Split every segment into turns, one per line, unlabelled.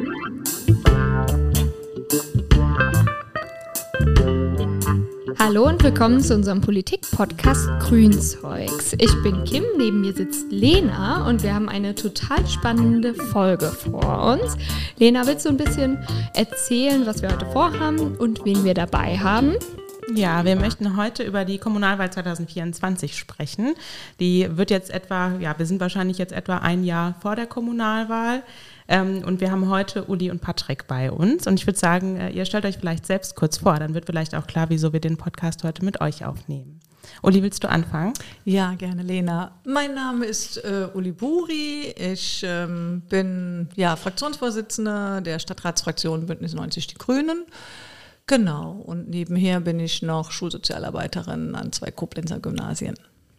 Hallo und willkommen zu unserem Politik-Podcast Grünzeugs. Ich bin Kim, neben mir sitzt Lena und wir haben eine total spannende Folge vor uns. Lena, willst du ein bisschen erzählen, was wir heute vorhaben und wen wir dabei haben?
Ja, wir möchten heute über die Kommunalwahl 2024 sprechen. Die wird jetzt wir sind wahrscheinlich jetzt etwa ein Jahr vor der Kommunalwahl. Und wir haben heute Uli und Patrick bei uns. Und ich würde sagen, ihr stellt euch vielleicht selbst kurz vor. Dann wird vielleicht auch klar, wieso wir den Podcast heute mit euch aufnehmen. Uli, willst du anfangen?
Ja, gerne, Lena. Mein Name ist Uli Buri. Ich bin Fraktionsvorsitzende der Stadtratsfraktion Bündnis 90 Die Grünen. Genau, und nebenher bin ich noch Schulsozialarbeiterin an 2 Koblenzer Gymnasien.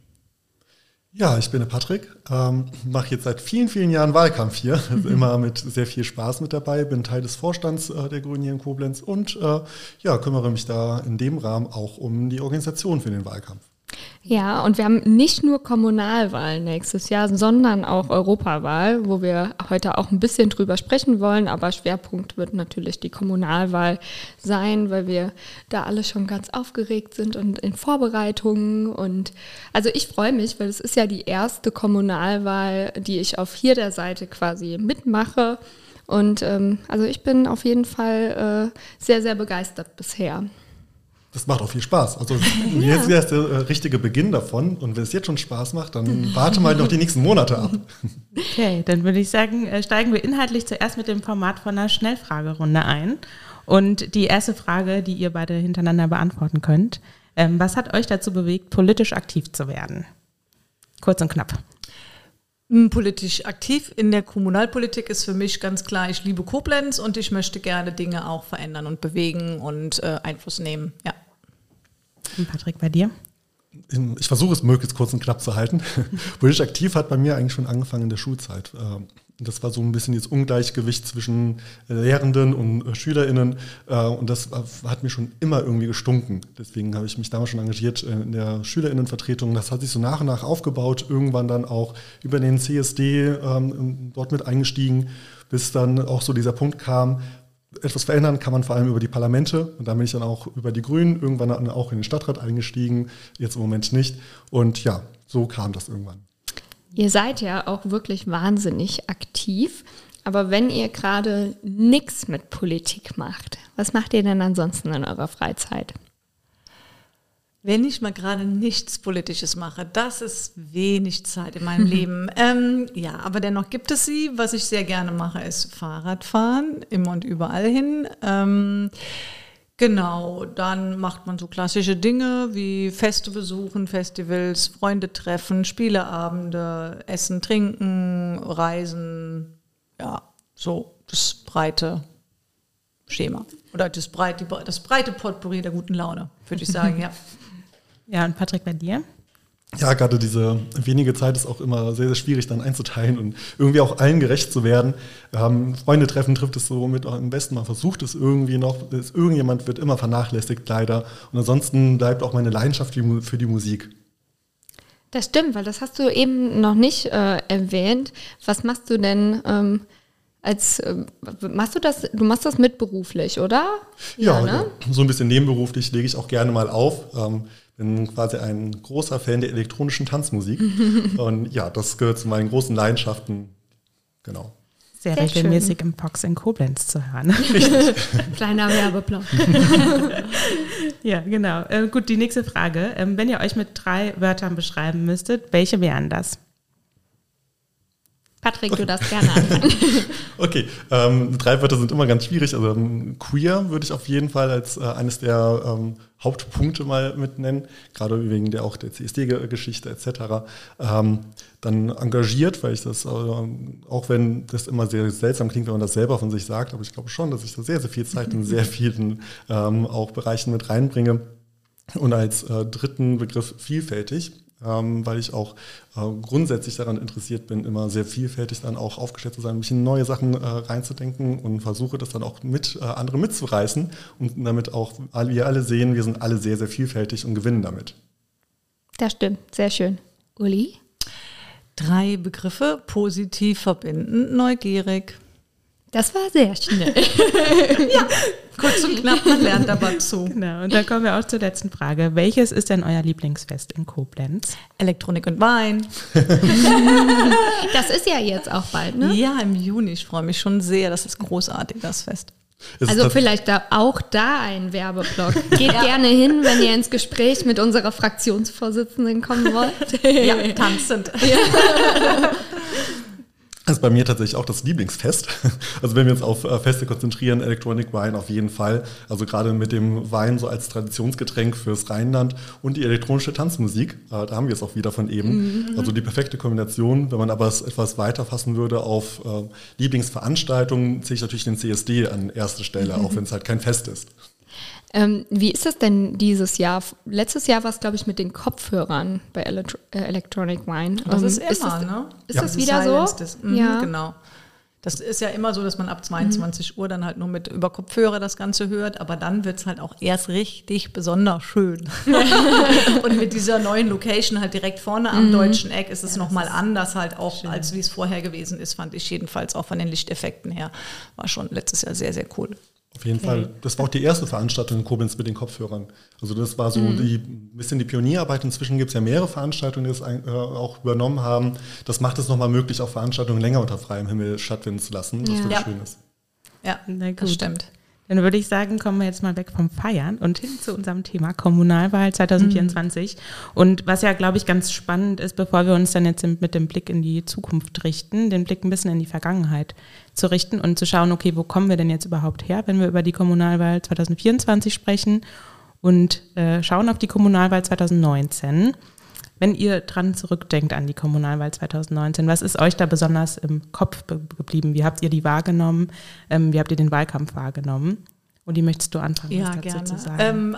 Ja, ich bin der Patrick, mache jetzt seit vielen, vielen Jahren Wahlkampf hier, also immer mit sehr viel Spaß mit dabei, bin Teil des Vorstands der Grünen hier in Koblenz und kümmere mich da in dem Rahmen auch um die Organisation für den Wahlkampf.
Ja, und wir haben nicht nur Kommunalwahl nächstes Jahr, sondern auch Europawahl, wo wir heute auch ein bisschen drüber sprechen wollen. Aber Schwerpunkt wird natürlich die Kommunalwahl sein, weil wir da alle schon ganz aufgeregt sind und in Vorbereitungen. Und also ich freue mich, weil es ist ja die erste Kommunalwahl, die ich auf hier der Seite quasi mitmache. Und also ich bin auf jeden Fall sehr, sehr begeistert bisher.
Das macht auch viel Spaß. Also jetzt ist der richtige Beginn davon. Und wenn es jetzt schon Spaß macht, dann warte mal noch die nächsten Monate ab.
Okay, dann würde ich sagen, steigen wir inhaltlich zuerst mit dem Format von einer Schnellfragerunde ein. Und die erste Frage, die ihr beide hintereinander beantworten könnt. Was hat euch dazu bewegt, politisch aktiv zu werden? Kurz und knapp.
Politisch aktiv in der Kommunalpolitik ist für mich ganz klar, ich liebe Koblenz und ich möchte gerne Dinge auch verändern und bewegen und Einfluss nehmen. Ja.
Und Patrick, bei dir?
Ich versuche es möglichst kurz und knapp zu halten. Politisch aktiv hat bei mir eigentlich schon angefangen in der Schulzeit. Das war so ein bisschen das Ungleichgewicht zwischen Lehrenden und SchülerInnen und das hat mir schon immer irgendwie gestunken. Deswegen habe ich mich damals schon engagiert in der SchülerInnenvertretung. Das hat sich so nach und nach aufgebaut, irgendwann dann auch über den CSD dort mit eingestiegen, bis dann auch so dieser Punkt kam, etwas verändern kann man vor allem über die Parlamente und da bin ich dann auch über die Grünen irgendwann dann auch in den Stadtrat eingestiegen, jetzt im Moment nicht und ja, so kam das irgendwann.
Ihr seid ja auch wirklich wahnsinnig aktiv, aber wenn ihr gerade nichts mit Politik macht, was macht ihr denn ansonsten in eurer Freizeit?
Wenn ich mal gerade nichts Politisches mache, das ist wenig Zeit in meinem Leben. Aber dennoch gibt es sie. Was ich sehr gerne mache, ist Fahrradfahren, immer und überall hin. Genau, dann macht man so klassische Dinge wie Feste besuchen, Festivals, Freunde treffen, Spieleabende, Essen, Trinken, Reisen. Ja, so das breite Schema. Oder das breite Potpourri der guten Laune, würde ich sagen, ja.
Ja, und Patrick, bei dir?
Ja, gerade diese wenige Zeit ist auch immer sehr, sehr schwierig dann einzuteilen und irgendwie auch allen gerecht zu werden. Freunde treffen trifft es so mit am besten, man versucht es irgendwie noch, irgendjemand wird immer vernachlässigt leider und ansonsten bleibt auch meine Leidenschaft für die Musik.
Das stimmt, weil das hast du eben noch nicht erwähnt. Was machst du denn du machst das mitberuflich, oder?
Ja, ne? So ein bisschen nebenberuflich lege ich auch gerne mal auf. Bin quasi ein großer Fan der elektronischen Tanzmusik. Und ja, das gehört zu meinen großen Leidenschaften. Genau.
Sehr regelmäßig im Pox in Koblenz zu hören.
Richtig.
Kleiner Werbeblock.
Ja, genau. Gut, die nächste Frage. Wenn ihr euch mit 3 Wörtern beschreiben müsstet, welche wären das?
Patrick, du darfst gerne anfangen.
Okay, 3 Wörter sind immer ganz schwierig. Also queer würde ich auf jeden Fall als eines der Hauptpunkte mal mit nennen, gerade wegen der CSD-Geschichte etc. Dann engagiert, weil ich das, auch wenn das immer sehr seltsam klingt, wenn man das selber von sich sagt, aber ich glaube schon, dass ich da sehr, sehr viel Zeit in sehr vielen auch Bereichen mit reinbringe. Und als dritten Begriff vielfältig. Weil ich auch grundsätzlich daran interessiert bin, immer sehr vielfältig dann auch aufgestellt zu sein, mich in neue Sachen reinzudenken und versuche das dann auch mit andere mitzureißen und damit auch wir alle sehen, wir sind alle sehr, sehr vielfältig und gewinnen damit.
Das stimmt, sehr schön. Uli?
3 Begriffe, positiv, verbindend, neugierig.
Das war sehr schnell.
Kurz und knapp, man lernt aber zu.
Genau, und dann kommen wir auch zur letzten Frage. Welches ist denn euer Lieblingsfest in Koblenz?
Elektronik und Wein.
Das ist ja jetzt auch bald, ne?
Ja, im Juni. Ich freue mich schon sehr. Das ist großartig, das Fest.
Also vielleicht auch da ein Werbeblock. Geht gerne hin, wenn ihr ins Gespräch mit unserer Fraktionsvorsitzenden kommen wollt.
Ja, tanzend.
Das ist bei mir tatsächlich auch das Lieblingsfest. Also wenn wir uns auf Feste konzentrieren, Electronic Wine auf jeden Fall. Also gerade mit dem Wein so als Traditionsgetränk fürs Rheinland und die elektronische Tanzmusik, da haben wir es auch wieder von eben. Also die perfekte Kombination. Wenn man aber es etwas weiter fassen würde auf Lieblingsveranstaltungen, zähle ich natürlich den CSD an erste Stelle, auch wenn es halt kein Fest ist.
Wie ist das denn dieses Jahr? Letztes Jahr war es, glaube ich, mit den Kopfhörern bei Electronic Wine.
Das ist immer, ne?
Ist das wieder so?
Ja, genau. Das ist ja immer so, dass man ab 22 Uhr dann halt nur über Kopfhörer das Ganze hört, aber dann wird es halt auch erst richtig besonders schön. Und mit dieser neuen Location halt direkt vorne am Deutschen Eck ist es nochmal anders halt auch, als wie es vorher gewesen ist, fand ich jedenfalls auch von den Lichteffekten her. War schon letztes Jahr sehr, sehr cool.
Auf jeden Fall. Das war auch die erste Veranstaltung in Koblenz mit den Kopfhörern. Also das war so ein bisschen die Pionierarbeit. Inzwischen gibt es ja mehrere Veranstaltungen, die das auch übernommen haben. Das macht es nochmal möglich, auch Veranstaltungen länger unter freiem Himmel stattfinden zu lassen, was wirklich schön ist.
Ja, das stimmt.
Dann würde ich sagen, kommen wir jetzt mal weg vom Feiern und hin zu unserem Thema Kommunalwahl 2024. Und was ja, glaube ich, ganz spannend ist, bevor wir uns dann jetzt mit dem Blick in die Zukunft richten, den Blick ein bisschen in die Vergangenheit zu richten und zu schauen, okay, wo kommen wir denn jetzt überhaupt her, wenn wir über die Kommunalwahl 2024 sprechen und schauen auf die Kommunalwahl 2019. Wenn ihr dran zurückdenkt an die Kommunalwahl 2019, was ist euch da besonders im Kopf geblieben? Wie habt ihr die wahrgenommen? Wie habt ihr den Wahlkampf wahrgenommen? Uli, möchtest du anfangen, was dazu
gerne.
zu sagen?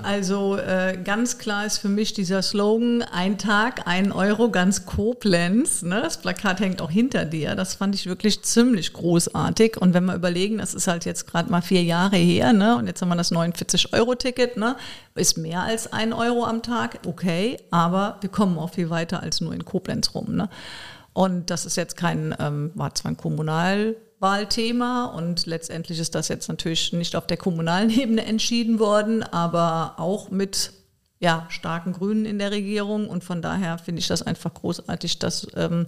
Ganz klar ist für mich dieser Slogan, ein Tag, 1 Euro, ganz Koblenz. Ne? Das Plakat hängt auch hinter dir. Das fand ich wirklich ziemlich großartig. Und wenn wir überlegen, das ist halt jetzt gerade mal 4 Jahre her, ne? Und jetzt haben wir das 49-Euro-Ticket, ne? Ist mehr als 1 Euro am Tag, okay, aber wir kommen auch viel weiter als nur in Koblenz rum. Ne? Und das ist jetzt war zwar ein Kommunalwahlthema und letztendlich ist das jetzt natürlich nicht auf der kommunalen Ebene entschieden worden, aber auch mit starken Grünen in der Regierung und von daher finde ich das einfach großartig, dass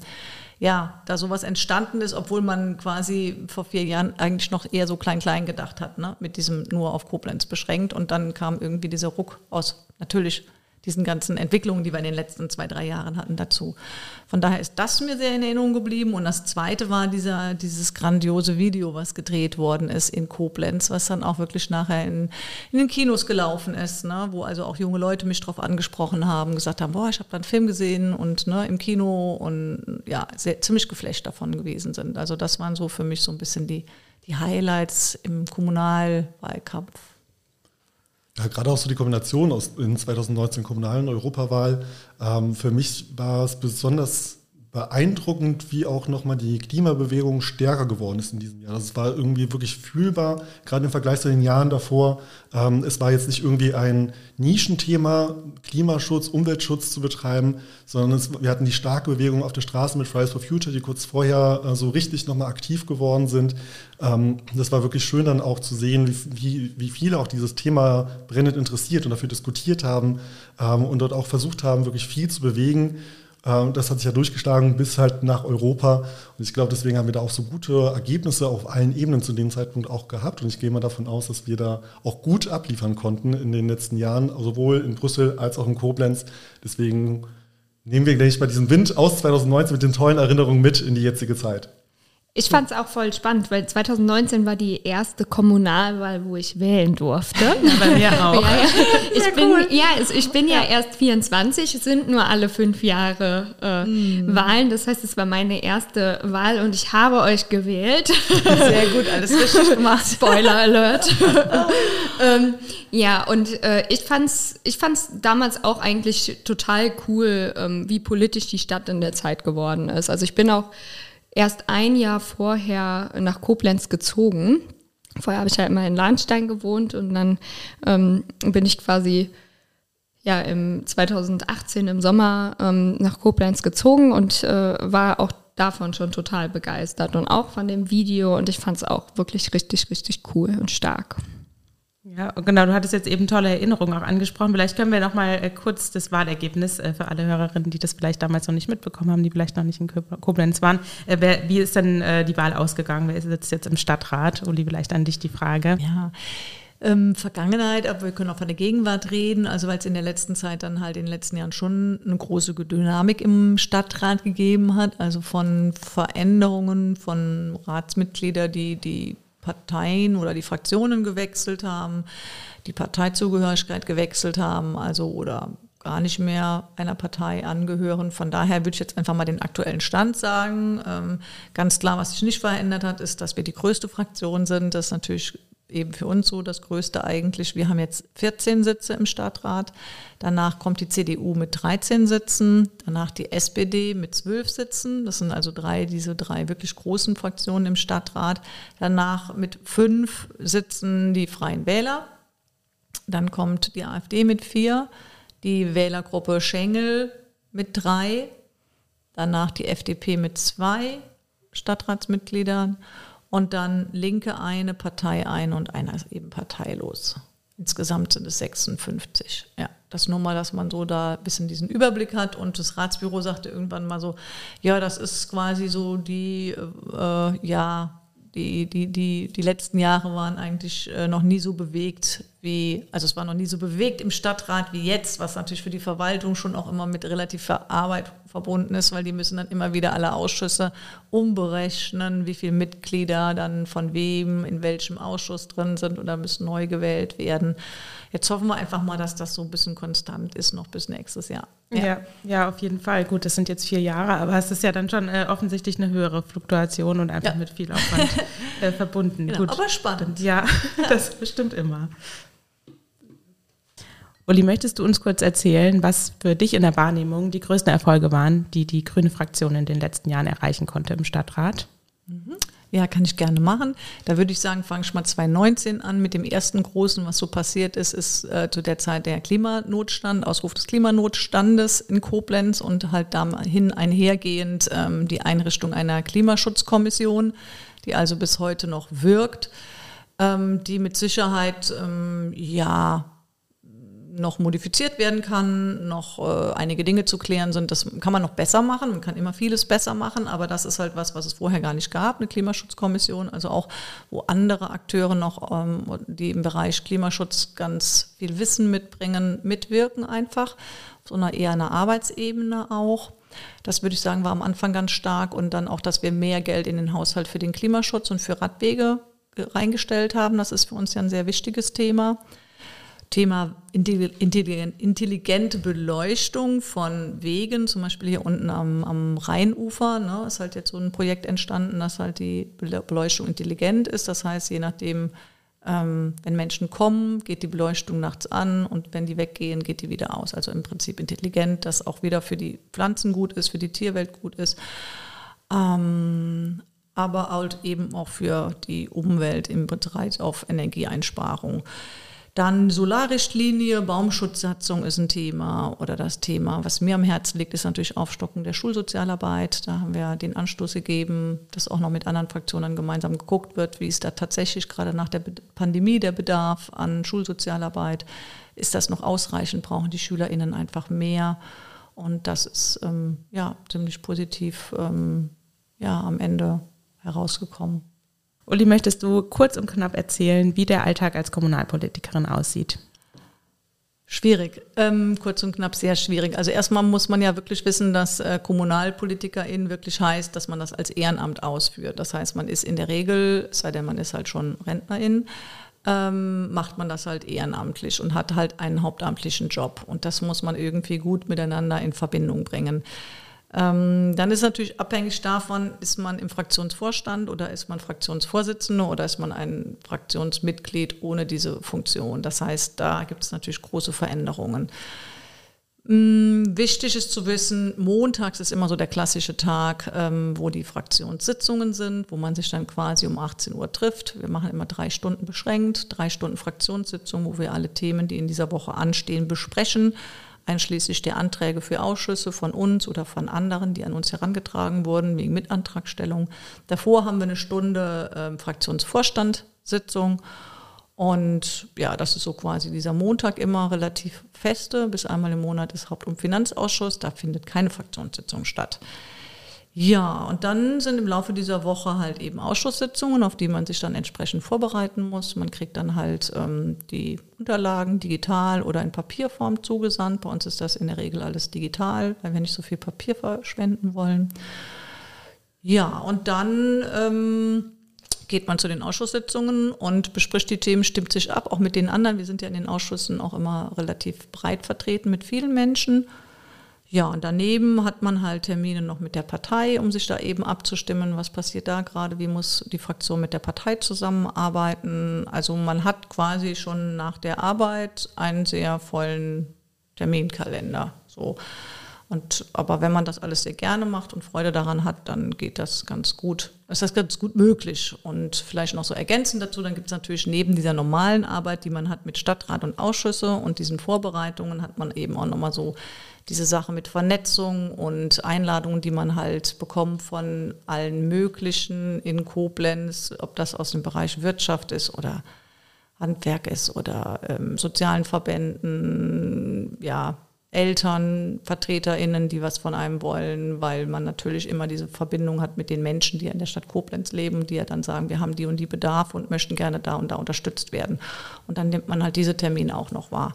da sowas entstanden ist, obwohl man quasi vor 4 Jahren eigentlich noch eher so klein gedacht hat, ne? Mit diesem nur auf Koblenz beschränkt und dann kam irgendwie dieser Ruck aus natürlich diesen ganzen Entwicklungen, die wir in den letzten 2-3 Jahren hatten, dazu. Von daher ist das mir sehr in Erinnerung geblieben. Und das Zweite war dieses grandiose Video, was gedreht worden ist in Koblenz, was dann auch wirklich nachher in den Kinos gelaufen ist, ne? Wo also auch junge Leute mich drauf angesprochen haben, gesagt haben, ich habe da einen Film gesehen und im Kino und ziemlich geflasht davon gewesen sind. Also das waren so für mich so ein bisschen die Highlights im Kommunalwahlkampf.
Ja, gerade auch so die Kombination in 2019 kommunalen Europawahl. Für mich war es besonders beeindruckend, wie auch nochmal die Klimabewegung stärker geworden ist in diesem Jahr. Das war irgendwie wirklich fühlbar, gerade im Vergleich zu den Jahren davor. Es war jetzt nicht irgendwie ein Nischenthema, Klimaschutz, Umweltschutz zu betreiben, sondern wir hatten die starke Bewegung auf der Straße mit Fridays for Future, die kurz vorher so richtig nochmal aktiv geworden sind. Das war wirklich schön dann auch zu sehen, wie viele auch dieses Thema brennend interessiert und dafür diskutiert haben und dort auch versucht haben, wirklich viel zu bewegen. Das hat sich ja durchgeschlagen bis halt nach Europa. Und ich glaube, deswegen haben wir da auch so gute Ergebnisse auf allen Ebenen zu dem Zeitpunkt auch gehabt. Und ich gehe mal davon aus, dass wir da auch gut abliefern konnten in den letzten Jahren, sowohl in Brüssel als auch in Koblenz. Deswegen nehmen wir gleich bei diesem Wind aus 2019 mit den tollen Erinnerungen mit in die jetzige Zeit.
Ich fand es auch voll spannend, weil 2019 war die erste Kommunalwahl, wo ich wählen durfte.
Bei mir auch.
Ich bin ja erst 24, es sind nur alle 5 Jahre Wahlen. Das heißt, es war meine erste Wahl und ich habe euch gewählt.
Sehr gut, alles richtig gemacht.
Spoiler Alert. Ich fand's damals auch eigentlich total cool, wie politisch die Stadt in der Zeit geworden ist. Also ich bin auch erst 1 Jahr vorher nach Koblenz gezogen. Vorher habe ich ja immer in Lahnstein gewohnt und dann bin ich quasi im 2018 im Sommer nach Koblenz gezogen und war auch davon schon total begeistert und auch von dem Video und ich fand es auch wirklich richtig, richtig cool und stark.
Ja, genau, du hattest jetzt eben tolle Erinnerungen auch angesprochen. Vielleicht können wir noch mal kurz das Wahlergebnis für alle Hörerinnen, die das vielleicht damals noch nicht mitbekommen haben, die vielleicht noch nicht in Koblenz waren. Wie ist denn die Wahl ausgegangen? Wer sitzt jetzt im Stadtrat? Uli, vielleicht an dich die Frage.
Ja, Vergangenheit, aber wir können auch von der Gegenwart reden, also weil es in der letzten Zeit dann halt in den letzten Jahren schon eine große Dynamik im Stadtrat gegeben hat, also von Veränderungen von Ratsmitgliedern, die Parteien oder die Fraktionen gewechselt haben, die Parteizugehörigkeit gewechselt haben, also oder gar nicht mehr einer Partei angehören. Von daher würde ich jetzt einfach mal den aktuellen Stand sagen. Ganz klar, was sich nicht verändert hat, ist, dass wir die größte Fraktion sind. Das ist natürlich eben für uns so das Größte eigentlich. Wir haben jetzt 14 Sitze im Stadtrat. Danach kommt die CDU mit 13 Sitzen. Danach die SPD mit 12 Sitzen. Das sind also diese drei wirklich großen Fraktionen im Stadtrat. Danach mit 5 Sitzen die Freien Wähler. Dann kommt die AfD mit 4. Die Wählergruppe Schengel mit 3. Danach die FDP mit 2 Stadtratsmitgliedern. Und dann Linke eine, Partei eine und einer ist eben parteilos. Insgesamt sind es 56. Ja, das nur mal, dass man so da ein bisschen diesen Überblick hat. Und das Ratsbüro sagte irgendwann mal so, ja, das ist quasi so die letzten Jahre waren eigentlich noch nie so bewegt es war noch nie so bewegt im Stadtrat wie jetzt, was natürlich für die Verwaltung schon auch immer mit relativ viel Arbeit verbunden ist, weil die müssen dann immer wieder alle Ausschüsse umberechnen, wie viele Mitglieder dann von wem in welchem Ausschuss drin sind oder müssen neu gewählt werden. Jetzt hoffen wir einfach mal, dass das so ein bisschen konstant ist, noch bis nächstes Jahr.
Ja, auf jeden Fall. Gut, das sind jetzt 4 Jahre, aber es ist ja dann schon offensichtlich eine höhere Fluktuation und einfach mit viel Aufwand verbunden.
Genau,
gut.
Aber spannend.
Ja, das bestimmt immer. Uli, möchtest du uns kurz erzählen, was für dich in der Wahrnehmung die größten Erfolge waren, die die grüne Fraktion in den letzten Jahren erreichen konnte im Stadtrat?
Ja, kann ich gerne machen. Da würde ich sagen, fange ich mal 2019 an mit dem ersten großen, was so passiert ist zu der Zeit der Klimanotstand, Ausruf des Klimanotstandes in Koblenz und halt dahin einhergehend die Einrichtung einer Klimaschutzkommission, die also bis heute noch wirkt, die mit Sicherheit noch modifiziert werden kann, noch einige Dinge zu klären sind. Das kann man noch besser machen, man kann immer vieles besser machen, aber das ist halt was es vorher gar nicht gab, eine Klimaschutzkommission, also auch, wo andere Akteure noch, die im Bereich Klimaschutz ganz viel Wissen mitbringen, mitwirken einfach, auf so einer Arbeitsebene auch. Das würde ich sagen, war am Anfang ganz stark und dann auch, dass wir mehr Geld in den Haushalt für den Klimaschutz und für Radwege reingestellt haben. Das ist für uns ja ein sehr wichtiges Thema. Thema intelligente Beleuchtung von Wegen, zum Beispiel hier unten am Rheinufer, ne, ist halt jetzt so ein Projekt entstanden, dass halt die Beleuchtung intelligent ist. Das heißt, je nachdem, wenn Menschen kommen, geht die Beleuchtung nachts an und wenn die weggehen, geht die wieder aus. Also im Prinzip intelligent, dass auch wieder für die Pflanzen gut ist, für die Tierwelt gut ist. Aber halt eben auch für die Umwelt im Bereich auf Energieeinsparung. Dann Solarrichtlinie, Baumschutzsatzung ist ein Thema oder das Thema, was mir am Herzen liegt, ist natürlich Aufstockung der Schulsozialarbeit. Da haben wir den Anstoß gegeben, dass auch noch mit anderen Fraktionen gemeinsam geguckt wird, wie ist da tatsächlich gerade nach der Pandemie der Bedarf an Schulsozialarbeit. Ist das noch ausreichend? Brauchen die SchülerInnen einfach mehr? Und das ist ziemlich positiv am Ende herausgekommen.
Uli, möchtest du kurz und knapp erzählen, wie der Alltag als Kommunalpolitikerin aussieht?
Schwierig, kurz und knapp sehr schwierig. Also erstmal muss man ja wirklich wissen, dass KommunalpolitikerIn wirklich heißt, dass man das als Ehrenamt ausführt. Das heißt, man ist in der Regel, es sei denn, man ist halt schon RentnerIn, macht man das halt ehrenamtlich und hat halt einen hauptamtlichen Job. Und das muss man irgendwie gut miteinander in Verbindung bringen. Dann ist natürlich abhängig davon, ist man im Fraktionsvorstand oder ist man Fraktionsvorsitzende oder ist man ein Fraktionsmitglied ohne diese Funktion. Das heißt, da gibt es natürlich große Veränderungen. Wichtig ist zu wissen, montags ist immer so der klassische Tag, wo die Fraktionssitzungen sind, wo man sich dann quasi um 18 Uhr trifft. Wir machen immer 3 Stunden beschränkt, 3 Stunden Fraktionssitzung, wo wir alle Themen, die in dieser Woche anstehen, besprechen. einschließlich der Anträge für Ausschüsse von uns oder von anderen, die an uns herangetragen wurden, wegen Mitantragstellung. Davor haben wir eine Stunde Fraktionsvorstandssitzung. Und ja, das ist so quasi dieser Montag immer relativ feste. Bis einmal im Monat ist Haupt- und Finanzausschuss. Da findet keine Fraktionssitzung statt. Ja, und dann sind im Laufe dieser Woche halt eben Ausschusssitzungen, auf die man sich dann entsprechend vorbereiten muss. Man kriegt dann halt die Unterlagen digital oder in Papierform zugesandt. Bei uns ist das in der Regel alles digital, weil wir nicht so viel Papier verschwenden wollen. Ja, und dann geht man zu den Ausschusssitzungen und bespricht die Themen, stimmt sich ab, auch mit den anderen. Wir sind ja in den Ausschüssen auch immer relativ breit vertreten mit vielen Menschen. Ja, und daneben hat man halt Termine noch mit der Partei, um sich da eben abzustimmen, was passiert da gerade, wie muss die Fraktion mit der Partei zusammenarbeiten. Also man hat quasi schon nach der Arbeit einen sehr vollen Terminkalender. So. Aber wenn man das alles sehr gerne macht und Freude daran hat, dann geht das ganz gut. Ist das ganz gut möglich. Und vielleicht noch so ergänzend dazu, dann gibt es natürlich neben dieser normalen Arbeit, die man hat mit Stadtrat und Ausschüsse und diesen Vorbereitungen, hat man eben auch nochmal so diese Sache mit Vernetzung und Einladungen, die man halt bekommt von allen möglichen in Koblenz, ob das aus dem Bereich Wirtschaft ist oder Handwerk ist oder sozialen Verbänden, ja, Eltern, VertreterInnen, die was von einem wollen, weil man natürlich immer diese Verbindung hat mit den Menschen, die in der Stadt Koblenz leben, die ja dann sagen, wir haben die und die Bedarf und möchten gerne da und da unterstützt werden. Und dann nimmt man halt diese Termine auch noch wahr.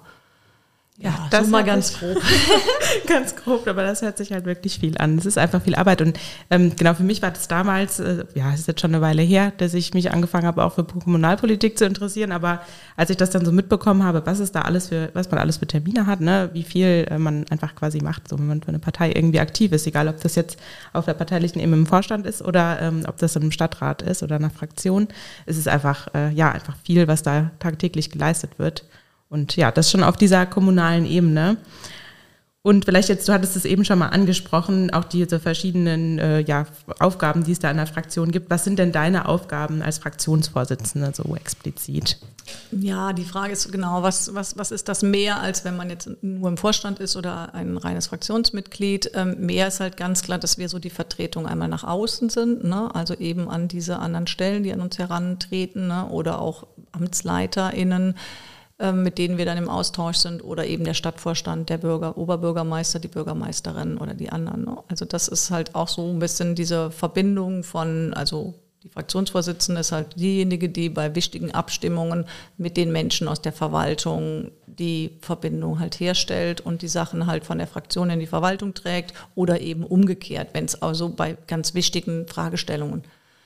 Ja, das
so mal ganz grob.
Ganz grob, aber das hört sich halt wirklich viel an. Es ist einfach viel Arbeit und genau, für mich war das damals, es ist jetzt schon eine Weile her, dass ich mich angefangen habe, auch für Kommunalpolitik zu interessieren, aber als ich das dann so mitbekommen habe, was man alles für Termine hat, ne, wie viel man einfach quasi macht, so wenn man für eine Partei irgendwie aktiv ist, egal ob das jetzt auf der parteilichen Ebene im Vorstand ist oder ob das im Stadtrat ist oder einer Fraktion, es ist einfach, einfach viel, was da tagtäglich geleistet wird. Und ja, das schon auf dieser kommunalen Ebene. Und vielleicht jetzt, du hattest es eben schon mal angesprochen, auch diese verschiedenen Aufgaben, die es da in der Fraktion gibt. Was sind denn deine Aufgaben als Fraktionsvorsitzende so explizit?
Ja, die Frage ist genau, was ist das mehr, als wenn man jetzt nur im Vorstand ist oder ein reines Fraktionsmitglied? Mehr ist halt ganz klar, dass wir so die Vertretung einmal nach außen sind, ne? Also eben an diese anderen Stellen, die an uns herantreten, ne? Oder auch AmtsleiterInnen, mit denen wir dann im Austausch sind oder eben der Stadtvorstand, der Oberbürgermeister, die Bürgermeisterin oder die anderen. Ne? Also das ist halt auch so ein bisschen diese Verbindung von, also die Fraktionsvorsitzende ist halt diejenige, die bei wichtigen Abstimmungen mit den Menschen aus der Verwaltung die Verbindung halt herstellt und die Sachen halt von der Fraktion in die Verwaltung trägt oder eben umgekehrt, wenn es also bei ganz wichtigen Fragestellungen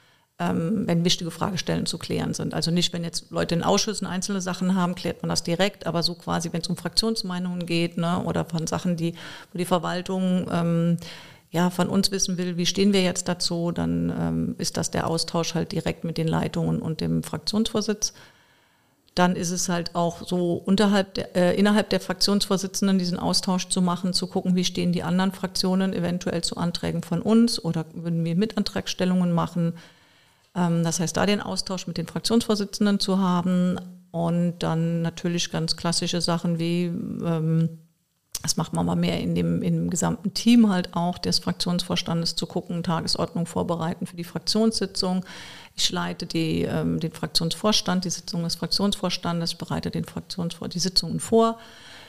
wenn wichtige Fragestellungen zu klären sind. Also nicht, wenn jetzt Leute in Ausschüssen einzelne Sachen haben, klärt man das direkt, aber so quasi, wenn es um Fraktionsmeinungen geht, ne, oder von Sachen, wo die Verwaltung von uns wissen will, wie stehen wir jetzt dazu, dann ist das der Austausch halt direkt mit den Leitungen und dem Fraktionsvorsitz. Dann ist es halt auch so innerhalb der Fraktionsvorsitzenden diesen Austausch zu machen, zu gucken, wie stehen die anderen Fraktionen eventuell zu Anträgen von uns oder würden wir Mitantragstellungen machen. Das heißt, da den Austausch mit den Fraktionsvorsitzenden zu haben und dann natürlich ganz klassische Sachen wie, das macht man mal mehr im gesamten Team halt auch, des Fraktionsvorstandes zu gucken, Tagesordnung vorbereiten für die Fraktionssitzung. Ich leite den Fraktionsvorstand, die Sitzung des Fraktionsvorstandes, bereite die Sitzungen vor.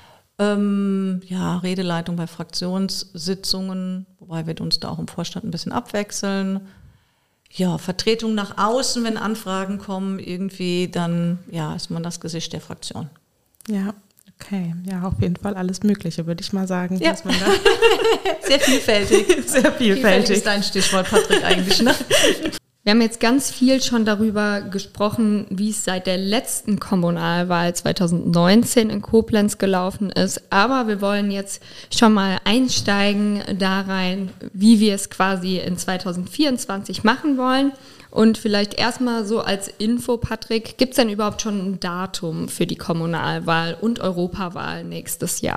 Redeleitung bei Fraktionssitzungen, wobei wir uns da auch im Vorstand ein bisschen abwechseln. Ja, Vertretung nach außen, wenn Anfragen kommen, irgendwie, dann ist man das Gesicht der Fraktion.
Ja, okay. Ja, auf jeden Fall alles Mögliche, würde ich mal sagen.
Ja.
Dass man da
Sehr vielfältig.
Sehr vielfältig
ist dein Stichwort, Patrick, eigentlich, ne?
Wir haben jetzt ganz viel schon darüber gesprochen, wie es seit der letzten Kommunalwahl 2019 in Koblenz gelaufen ist. Aber wir wollen jetzt schon mal einsteigen da rein, wie wir es quasi in 2024 machen wollen. Und vielleicht erstmal so als Info, Patrick, gibt es denn überhaupt schon ein Datum für die Kommunalwahl und Europawahl nächstes Jahr?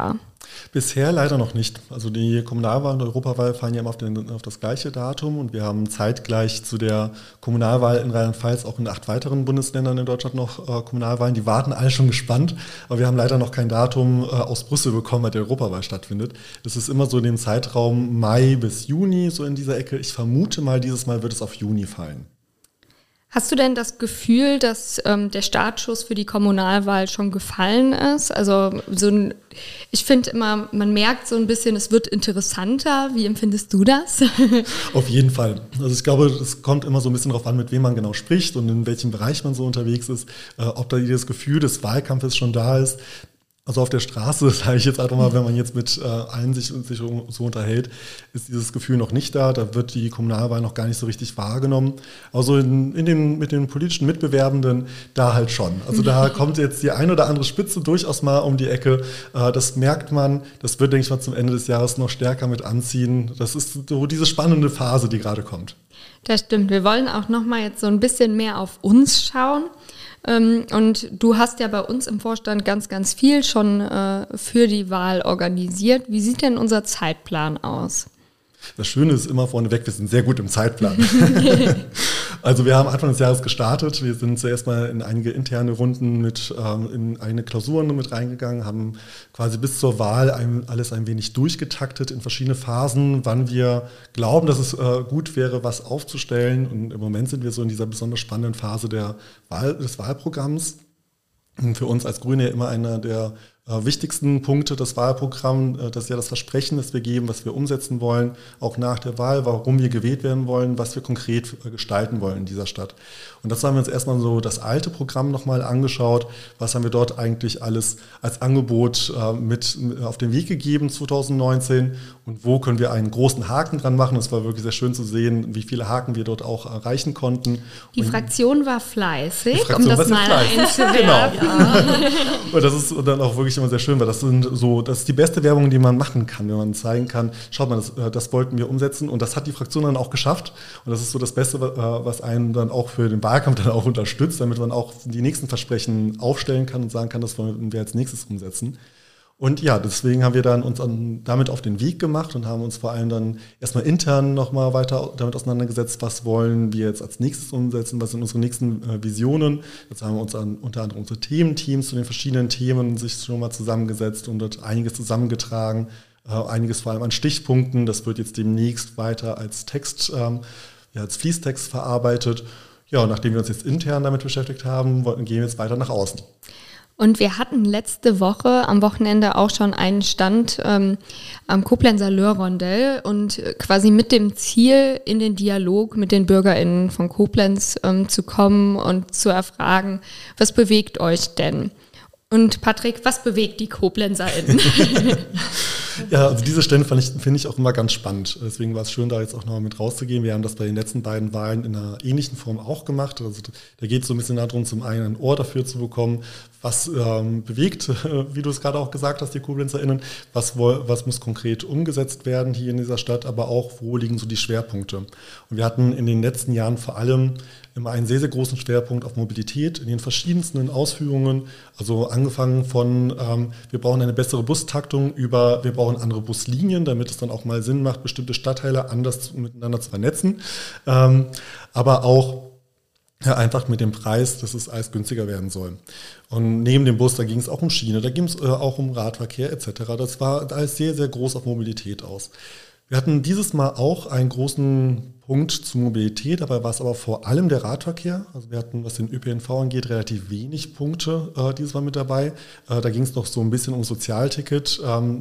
Bisher leider noch nicht. Also die Kommunalwahl und die Europawahl fallen ja immer auf das gleiche Datum und wir haben zeitgleich zu der Kommunalwahl in Rheinland-Pfalz auch in 8 weiteren Bundesländern in Deutschland noch Kommunalwahlen. Die warten alle schon gespannt, aber wir haben leider noch kein Datum aus Brüssel bekommen, weil die Europawahl stattfindet. Es ist immer so in dem Zeitraum Mai bis Juni, so in dieser Ecke. Ich vermute mal, dieses Mal wird es auf Juni fallen.
Hast du denn das Gefühl, dass der Startschuss für die Kommunalwahl schon gefallen ist? Also ich finde immer, man merkt so ein bisschen, es wird interessanter. Wie empfindest du das?
Auf jeden Fall. Also ich glaube, es kommt immer so ein bisschen darauf an, mit wem man genau spricht und in welchem Bereich man so unterwegs ist, ob da das Gefühl des Wahlkampfes schon da ist. Also auf der Straße, sage ich jetzt einfach mal, wenn man jetzt mit allen sich so unterhält, ist dieses Gefühl noch nicht da. Da wird die Kommunalwahl noch gar nicht so richtig wahrgenommen. Also mit den politischen Mitbewerbenden da halt schon. Also da kommt jetzt die ein oder andere Spitze durchaus mal um die Ecke. Das merkt man. Das wird, denke ich mal, zum Ende des Jahres noch stärker mit anziehen. Das ist so diese spannende Phase, die gerade kommt.
Das stimmt. Wir wollen auch noch mal jetzt so ein bisschen mehr auf uns schauen. Und du hast ja bei uns im Vorstand ganz, ganz viel schon für die Wahl organisiert. Wie sieht denn unser Zeitplan aus?
Das Schöne ist immer vorneweg, wir sind sehr gut im Zeitplan. Also wir haben Anfang des Jahres gestartet. Wir sind zuerst mal in einige interne Runden in eigene Klausuren mit reingegangen, haben quasi bis zur Wahl alles ein wenig durchgetaktet in verschiedene Phasen, wann wir glauben, dass es gut wäre, was aufzustellen. Und im Moment sind wir so in dieser besonders spannenden Phase des Wahlprogramms. Und für uns als Grüne immer einer der wichtigsten Punkte des Wahlprogramms, das ist ja das Versprechen, das wir geben, was wir umsetzen wollen, auch nach der Wahl, warum wir gewählt werden wollen, was wir konkret gestalten wollen in dieser Stadt. Und das haben wir uns erstmal so das alte Programm nochmal angeschaut, was haben wir dort eigentlich alles als Angebot mit auf den Weg gegeben 2019 und wo können wir einen großen Haken dran machen. Es war wirklich sehr schön zu sehen, wie viele Haken wir dort auch erreichen konnten.
Die Fraktion war fleißig,
Fraktion
um das mal einzuwerfen.
Genau. Ja. Und das ist dann auch wirklich immer sehr schön, weil das ist die beste Werbung, die man machen kann, wenn man zeigen kann, schaut mal, das wollten wir umsetzen und das hat die Fraktion dann auch geschafft und das ist so das Beste, was einen dann auch für den Wahlkampf dann auch unterstützt, damit man auch die nächsten Versprechen aufstellen kann und sagen kann, das wollen wir als nächstes umsetzen. Und ja, deswegen haben wir dann uns damit auf den Weg gemacht und haben uns vor allem dann erstmal intern nochmal weiter damit auseinandergesetzt, was wollen wir jetzt als nächstes umsetzen, was sind unsere nächsten Visionen. Jetzt haben wir uns unter anderem unsere Thementeams zu den verschiedenen Themen sich schon mal zusammengesetzt und dort einiges zusammengetragen, einiges vor allem an Stichpunkten. Das wird jetzt demnächst weiter als Text, als Fließtext verarbeitet. Ja, und nachdem wir uns jetzt intern damit beschäftigt haben, gehen wir jetzt weiter nach außen.
Und wir hatten letzte Woche am Wochenende auch schon einen Stand am Koblenzer Löhr-Rondell und quasi mit dem Ziel, in den Dialog mit den BürgerInnen von Koblenz zu kommen und zu erfragen, was bewegt euch denn? Und Patrick, was bewegt die KoblenzerInnen?
Ja, also diese Stände finde ich auch immer ganz spannend. Deswegen war es schön, da jetzt auch nochmal mit rauszugehen. Wir haben das bei den letzten beiden Wahlen in einer ähnlichen Form auch gemacht. Also da geht es so ein bisschen darum, zum einen ein Ohr dafür zu bekommen, was bewegt, wie du es gerade auch gesagt hast, die KoblenzerInnen, was muss konkret umgesetzt werden hier in dieser Stadt, aber auch, wo liegen so die Schwerpunkte. Und wir hatten in den letzten Jahren vor allem immer einen sehr, sehr großen Schwerpunkt auf Mobilität in den verschiedensten Ausführungen. Also angefangen von, wir brauchen eine bessere Bustaktung über, wir brauchen andere Buslinien, damit es dann auch mal Sinn macht, bestimmte Stadtteile anders miteinander zu vernetzen. Aber auch einfach mit dem Preis, dass es alles günstiger werden soll. Und neben dem Bus, da ging es auch um Schiene, da ging es auch um Radverkehr etc. Das war alles sehr, sehr groß auf Mobilität aus. Wir hatten dieses Mal auch einen großen Punkt zur Mobilität, dabei war es aber vor allem der Radverkehr. Also wir hatten, was den ÖPNV angeht, relativ wenig Punkte dieses Mal mit dabei. Da ging es noch so ein bisschen um Sozialticket,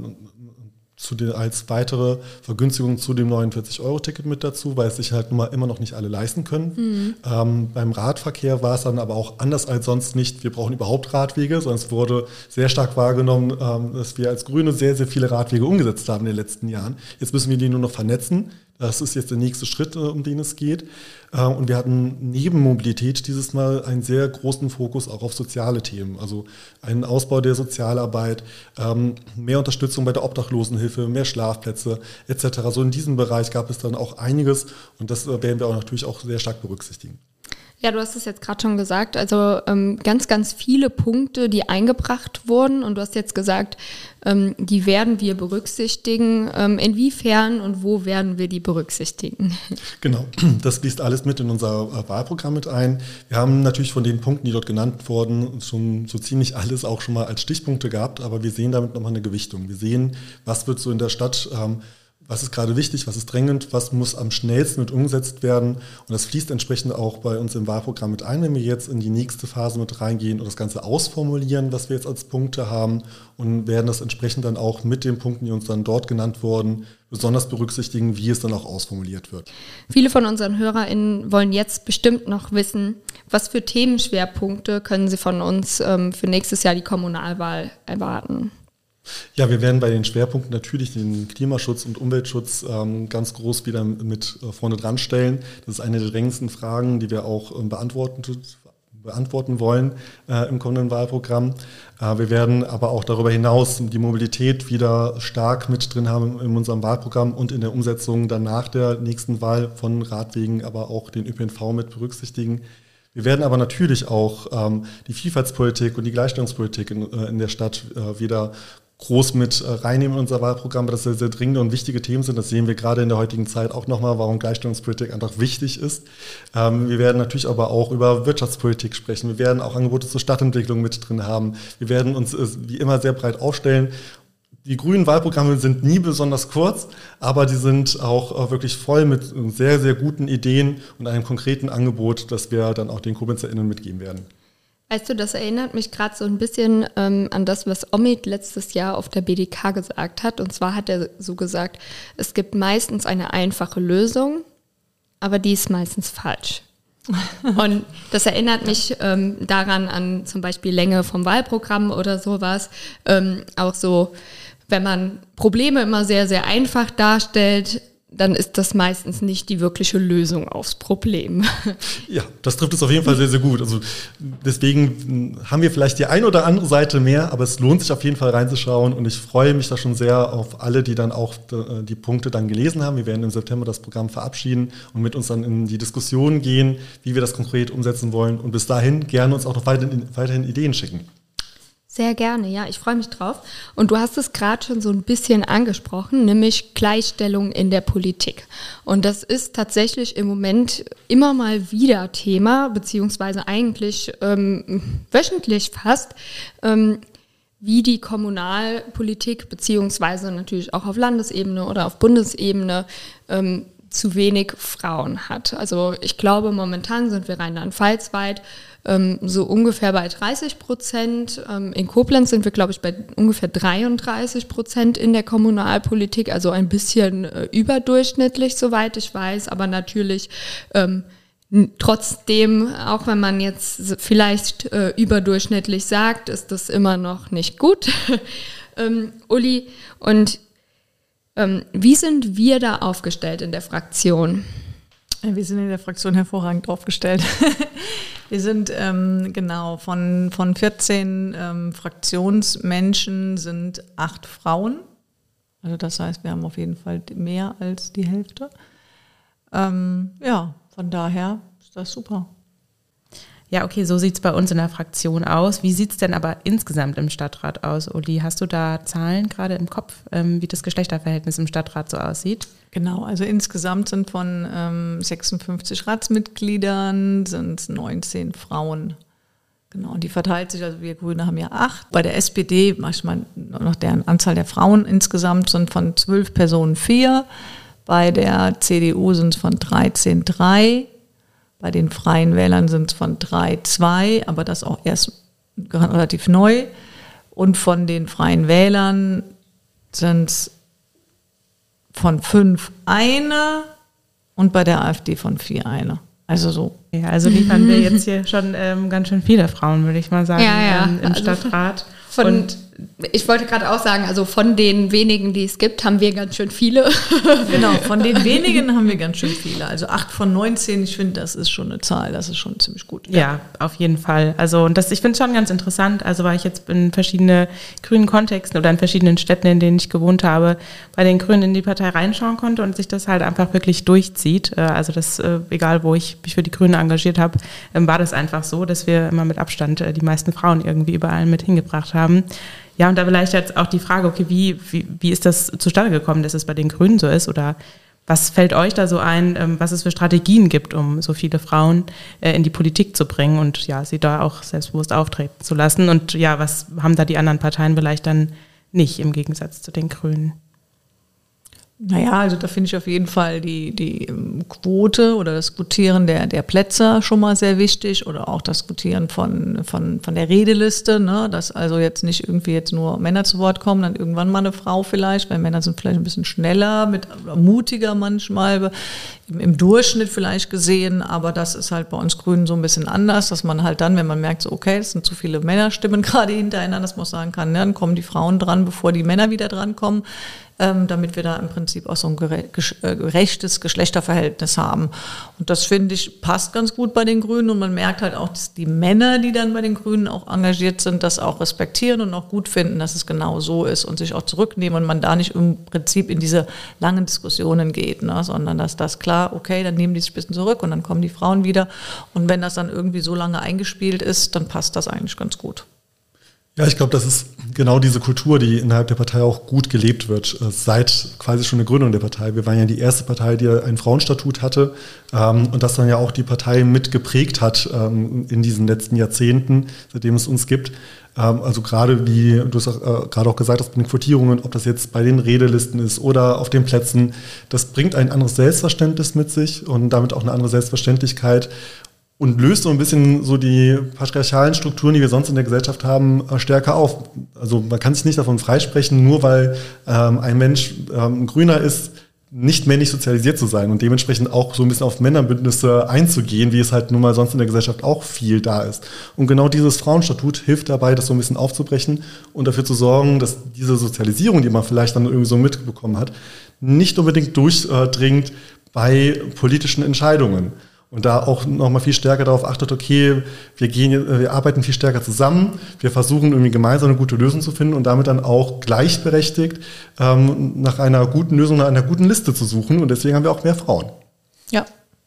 als weitere Vergünstigung zu dem 49-Euro-Ticket mit dazu, weil es sich halt nun mal immer noch nicht alle leisten können. Beim Radverkehr war es dann aber auch anders als sonst nicht, wir brauchen überhaupt Radwege, sondern es wurde sehr stark wahrgenommen, dass wir als Grüne sehr, sehr viele Radwege umgesetzt haben in den letzten Jahren. Jetzt müssen wir die nur noch vernetzen. Das ist jetzt der nächste Schritt, um den es geht. Und wir hatten neben Mobilität dieses Mal einen sehr großen Fokus auch auf soziale Themen. Also einen Ausbau der Sozialarbeit, mehr Unterstützung bei der Obdachlosenhilfe, mehr Schlafplätze etc. So in diesem Bereich gab es dann auch einiges und das werden wir auch natürlich auch sehr stark berücksichtigen.
Ja, du hast es jetzt gerade schon gesagt, also ganz, ganz viele Punkte, die eingebracht wurden und du hast jetzt gesagt, die werden wir berücksichtigen. Inwiefern und wo werden wir die berücksichtigen?
Genau, das fließt alles mit in unser Wahlprogramm mit ein. Wir haben natürlich von den Punkten, die dort genannt wurden, schon so ziemlich alles auch schon mal als Stichpunkte gehabt, aber wir sehen damit nochmal eine Gewichtung. Wir sehen, was wird so in der Stadt was ist gerade wichtig, was ist drängend, was muss am schnellsten mit umgesetzt werden. Und das fließt entsprechend auch bei uns im Wahlprogramm mit ein, wenn wir jetzt in die nächste Phase mit reingehen und das Ganze ausformulieren, was wir jetzt als Punkte haben und werden das entsprechend dann auch mit den Punkten, die uns dann dort genannt wurden, besonders berücksichtigen, wie es dann auch ausformuliert wird.
Viele von unseren HörerInnen wollen jetzt bestimmt noch wissen, was für Themenschwerpunkte können sie von uns für nächstes Jahr die Kommunalwahl erwarten?
Ja, wir werden bei den Schwerpunkten natürlich den Klimaschutz und Umweltschutz ganz groß wieder mit vorne dran stellen. Das ist eine der drängendsten Fragen, die wir auch beantworten wollen im kommenden Wahlprogramm. Wir werden aber auch darüber hinaus die Mobilität wieder stark mit drin haben in unserem Wahlprogramm und in der Umsetzung dann nach der nächsten Wahl von Radwegen, aber auch den ÖPNV mit berücksichtigen. Wir werden aber natürlich auch die Vielfaltspolitik und die Gleichstellungspolitik in der Stadt wieder groß mit reinnehmen in unser Wahlprogramm, weil das sehr, sehr dringende und wichtige Themen sind. Das sehen wir gerade in der heutigen Zeit auch nochmal, warum Gleichstellungspolitik einfach wichtig ist. Wir werden natürlich aber auch über Wirtschaftspolitik sprechen. Wir werden auch Angebote zur Stadtentwicklung mit drin haben. Wir werden uns wie immer sehr breit aufstellen. Die grünen Wahlprogramme sind nie besonders kurz, aber die sind auch wirklich voll mit sehr, sehr guten Ideen und einem konkreten Angebot, das wir dann auch den KoblenzerInnen mitgeben werden.
Weißt du, das erinnert mich gerade so ein bisschen an das, was Omid letztes Jahr auf der BDK gesagt hat. Und zwar hat er so gesagt, es gibt meistens eine einfache Lösung, aber die ist meistens falsch. Und das erinnert mich daran an zum Beispiel Länge vom Wahlprogramm oder sowas. Auch so, wenn man Probleme immer sehr, sehr einfach darstellt, dann ist das meistens nicht die wirkliche Lösung aufs Problem.
Ja, das trifft es auf jeden Fall sehr, sehr gut. Also deswegen haben wir vielleicht die ein oder andere Seite mehr, aber es lohnt sich auf jeden Fall reinzuschauen und ich freue mich da schon sehr auf alle, die dann auch die Punkte dann gelesen haben. Wir werden im September das Programm verabschieden und mit uns dann in die Diskussion gehen, wie wir das konkret umsetzen wollen und bis dahin gerne uns auch noch weiterhin Ideen schicken.
Sehr gerne, ja, ich freue mich drauf. Und du hast es gerade schon so ein bisschen angesprochen, nämlich Gleichstellung in der Politik. Und das ist tatsächlich im Moment immer mal wieder Thema, beziehungsweise eigentlich wöchentlich fast, wie die Kommunalpolitik, beziehungsweise natürlich auch auf Landesebene oder auf Bundesebene zu wenig Frauen hat. Also ich glaube, momentan sind wir Rheinland-Pfalz weit so ungefähr bei 30%. In Koblenz sind wir, glaube ich, bei ungefähr 33% in der Kommunalpolitik, also ein bisschen überdurchschnittlich, soweit ich weiß, aber natürlich trotzdem, auch wenn man jetzt vielleicht überdurchschnittlich sagt, ist das immer noch nicht gut. Uli, und wie sind wir da aufgestellt in der Fraktion?
Wir sind in der Fraktion hervorragend aufgestellt. Wir sind von 14 Fraktionsmenschen sind 8 Frauen. Also das heißt, wir haben auf jeden Fall mehr als die Hälfte. Von daher ist das super.
Ja, okay, so sieht es bei uns in der Fraktion aus. Wie sieht es denn aber insgesamt im Stadtrat aus, Uli? Hast du da Zahlen gerade im Kopf, wie das Geschlechterverhältnis im Stadtrat so aussieht?
Genau, also insgesamt sind von 56 Ratsmitgliedern sind 19 Frauen. Genau, und die verteilt sich, also wir Grüne haben ja 8. Bei der SPD, manchmal noch deren Anzahl der Frauen insgesamt sind von 12 Personen 4. Bei der CDU sind es von 13 3. Bei den Freien Wählern sind es von 3 2, aber das auch erst relativ neu. Und von den Freien Wählern sind es von 5 eine und bei der AfD von 4 eine. Also so.
Ja, also liefern wir jetzt hier schon ganz schön viele Frauen, würde ich mal sagen, im Stadtrat.
Von ich wollte gerade auch sagen, also von den wenigen, die es gibt, haben wir ganz schön viele.
Genau, von den wenigen haben wir ganz schön viele. Also 8 von 19, ich finde, das ist schon eine Zahl, das ist schon ziemlich gut.
Ja, auf jeden Fall. Also und ich finde es schon ganz interessant, also weil ich jetzt in verschiedene grünen Kontexten oder in verschiedenen Städten, in denen ich gewohnt habe, bei den Grünen in die Partei reinschauen konnte und sich das halt einfach wirklich durchzieht. Also das, egal wo ich mich für die Grünen engagiert habe, war das einfach so, dass wir immer mit Abstand die meisten Frauen irgendwie überall mit hingebracht haben. Ja, und da vielleicht jetzt auch die Frage, okay, wie ist das zustande gekommen, dass es bei den Grünen so ist? Oder was fällt euch da so ein, was es für Strategien gibt, um so viele Frauen in die Politik zu bringen und ja, sie da auch selbstbewusst auftreten zu lassen? Und ja, was haben da die anderen Parteien vielleicht dann nicht im Gegensatz zu den Grünen?
Naja, also da finde ich auf jeden Fall die Quote oder das Gutieren der Plätze schon mal sehr wichtig oder auch das Gutieren von der Redeliste, ne? Dass also jetzt nicht irgendwie jetzt nur Männer zu Wort kommen, dann irgendwann mal eine Frau vielleicht, weil Männer sind vielleicht ein bisschen schneller, mutiger manchmal, im Durchschnitt vielleicht gesehen, aber das ist halt bei uns Grünen so ein bisschen anders, dass man halt dann, wenn man merkt, so okay, es sind zu viele Männerstimmen gerade hintereinander, dass man auch sagen kann, ne, dann kommen die Frauen dran, bevor die Männer wieder dran kommen, damit wir da im Prinzip auch so ein gerechtes Geschlechterverhältnis haben. Und das, finde ich, passt ganz gut bei den Grünen und man merkt halt auch, dass die Männer, die dann bei den Grünen auch engagiert sind, das auch respektieren und auch gut finden, dass es genau so ist und sich auch zurücknehmen und man da nicht im Prinzip in diese langen Diskussionen geht, ne, sondern dass das klar, okay, dann nehmen die sich ein bisschen zurück und dann kommen die Frauen wieder und wenn das dann irgendwie so lange eingespielt ist, dann passt das eigentlich ganz gut.
Ja, ich glaube, das ist genau diese Kultur, die innerhalb der Partei auch gut gelebt wird, seit quasi schon der Gründung der Partei. Wir waren ja die erste Partei, die ein Frauenstatut hatte und das dann ja auch die Partei mit geprägt hat in diesen letzten Jahrzehnten, seitdem es uns gibt. Also gerade wie du es gerade auch gesagt hast, bei den Quotierungen, ob das jetzt bei den Redelisten ist oder auf den Plätzen, das bringt ein anderes Selbstverständnis mit sich und damit auch eine andere Selbstverständlichkeit. Und löst so ein bisschen so die patriarchalen Strukturen, die wir sonst in der Gesellschaft haben, stärker auf. Also man kann sich nicht davon freisprechen, nur weil ein Mensch Grüner ist, nicht männlich sozialisiert zu sein und dementsprechend auch so ein bisschen auf Männerbündnisse einzugehen, wie es halt nun mal sonst in der Gesellschaft auch viel da ist. Und genau dieses Frauenstatut hilft dabei, das so ein bisschen aufzubrechen und dafür zu sorgen, dass diese Sozialisierung, die man vielleicht dann irgendwie so mitbekommen hat, nicht unbedingt durchdringt bei politischen Entscheidungen. Und da auch nochmal viel stärker darauf achtet, okay, wir arbeiten viel stärker zusammen, wir versuchen irgendwie gemeinsam eine gute Lösung zu finden und damit dann auch gleichberechtigt nach einer guten Lösung, nach einer guten Liste zu suchen. Und deswegen haben wir auch mehr Frauen.
Ja.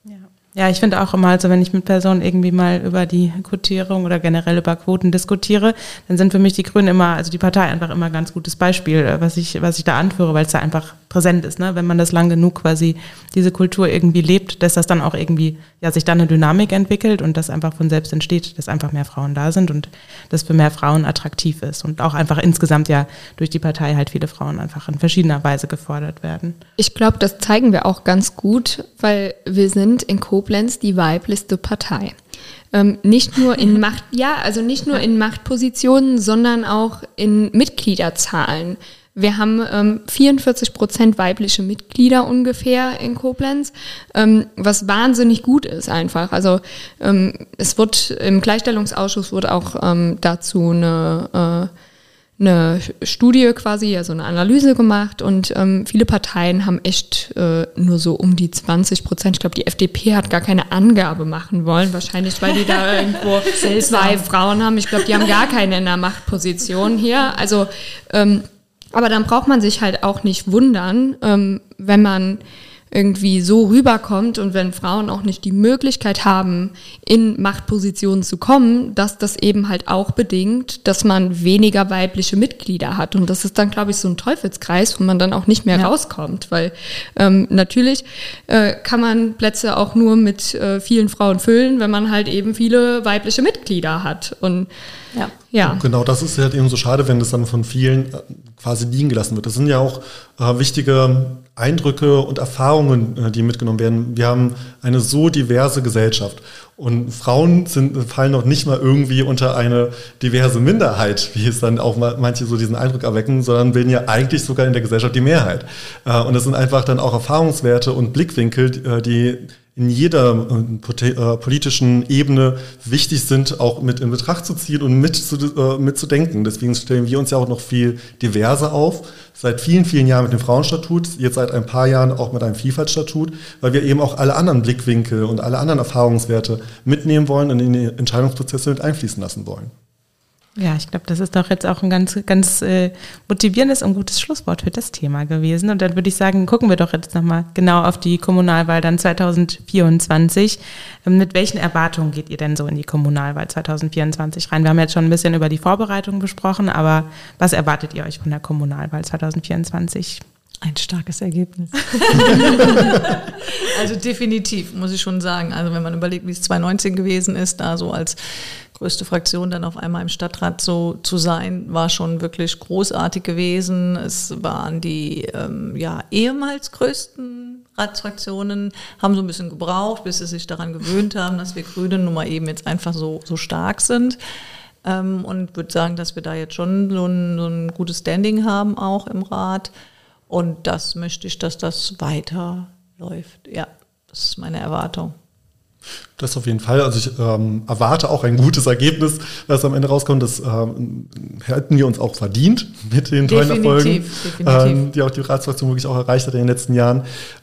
Ja, ich finde auch immer, also wenn ich mit Personen irgendwie mal über die Quotierung oder generell über Quoten diskutiere, dann sind für mich die Grünen immer, also die Partei einfach immer ein ganz gutes Beispiel, was ich da anführe, weil es da einfach präsent ist, ne? Wenn man das lang genug quasi diese Kultur irgendwie lebt, dass das dann auch irgendwie, ja, sich dann eine Dynamik entwickelt und das einfach von selbst entsteht, dass einfach mehr Frauen da sind und das für mehr Frauen attraktiv ist und auch einfach insgesamt ja durch die Partei halt viele Frauen einfach in verschiedener Weise gefordert werden.
Ich glaube, das zeigen wir auch ganz gut, weil wir sind in Koblenz die weiblichste Partei. Nicht nur in nicht nur in Machtpositionen, sondern auch in Mitgliederzahlen. Wir haben 44% weibliche Mitglieder ungefähr in Koblenz, was wahnsinnig gut ist einfach. Also es wird im Gleichstellungsausschuss wird auch dazu eine Studie quasi, also eine Analyse gemacht und viele Parteien haben echt nur so um die 20%. Ich glaube, die FDP hat gar keine Angabe machen wollen, wahrscheinlich, weil die da irgendwo 2 Frauen haben. Ich glaube, die haben gar keine in der Machtposition hier. Also aber dann braucht man sich halt auch nicht wundern, wenn man irgendwie so rüberkommt und wenn Frauen auch nicht die Möglichkeit haben, in Machtpositionen zu kommen, dass das eben halt auch bedingt, dass man weniger weibliche Mitglieder hat. Und das ist dann, glaube ich, so ein Teufelskreis, wo man dann auch nicht mehr rauskommt, weil natürlich kann man Plätze auch nur mit vielen Frauen füllen, wenn man halt eben viele weibliche Mitglieder hat. Und ja.
Genau, das ist halt eben so schade, wenn das dann von vielen quasi liegen gelassen wird. Das sind ja auch wichtige Eindrücke und Erfahrungen, die mitgenommen werden. Wir haben eine so diverse Gesellschaft und Frauen fallen noch nicht mal irgendwie unter eine diverse Minderheit, wie es dann auch manche so diesen Eindruck erwecken, sondern bilden ja eigentlich sogar in der Gesellschaft die Mehrheit. Und das sind einfach dann auch Erfahrungswerte und Blickwinkel, die in jeder politischen Ebene wichtig sind, auch mit in Betracht zu ziehen und mitzudenken. Deswegen stellen wir uns ja auch noch viel diverser auf. Seit vielen, vielen Jahren mit dem Frauenstatut, jetzt seit ein paar Jahren auch mit einem Vielfaltsstatut, weil wir eben auch alle anderen Blickwinkel und alle anderen Erfahrungswerte mitnehmen wollen und in die Entscheidungsprozesse mit einfließen lassen wollen.
Ja, ich glaube, das ist doch jetzt auch ein ganz motivierendes und gutes Schlusswort für das Thema gewesen. Und dann würde ich sagen, gucken wir doch jetzt nochmal genau auf die Kommunalwahl dann 2024. Mit welchen Erwartungen geht ihr denn so in die Kommunalwahl 2024 rein? Wir haben jetzt schon ein bisschen über die Vorbereitung gesprochen, aber was erwartet ihr euch von der Kommunalwahl 2024?
Ein starkes Ergebnis. Also definitiv, muss ich schon sagen. Also wenn man überlegt, wie es 2019 gewesen ist, da so als größte Fraktion dann auf einmal im Stadtrat so zu sein, war schon wirklich großartig gewesen. Es waren die ehemals größten Ratsfraktionen, haben so ein bisschen gebraucht, bis sie sich daran gewöhnt haben, dass wir Grüne nun mal eben jetzt einfach so stark sind. Und würde sagen, dass wir da jetzt schon so ein gutes Standing haben auch im Rat. Und das möchte ich, dass das weiterläuft. Ja, das ist meine Erwartung.
Das auf jeden Fall. Also ich erwarte auch ein gutes Ergebnis, was am Ende rauskommt. Das hätten wir uns auch verdient mit den tollen Erfolgen, die auch die Ratsfraktion wirklich auch erreicht hat in den letzten Jahren.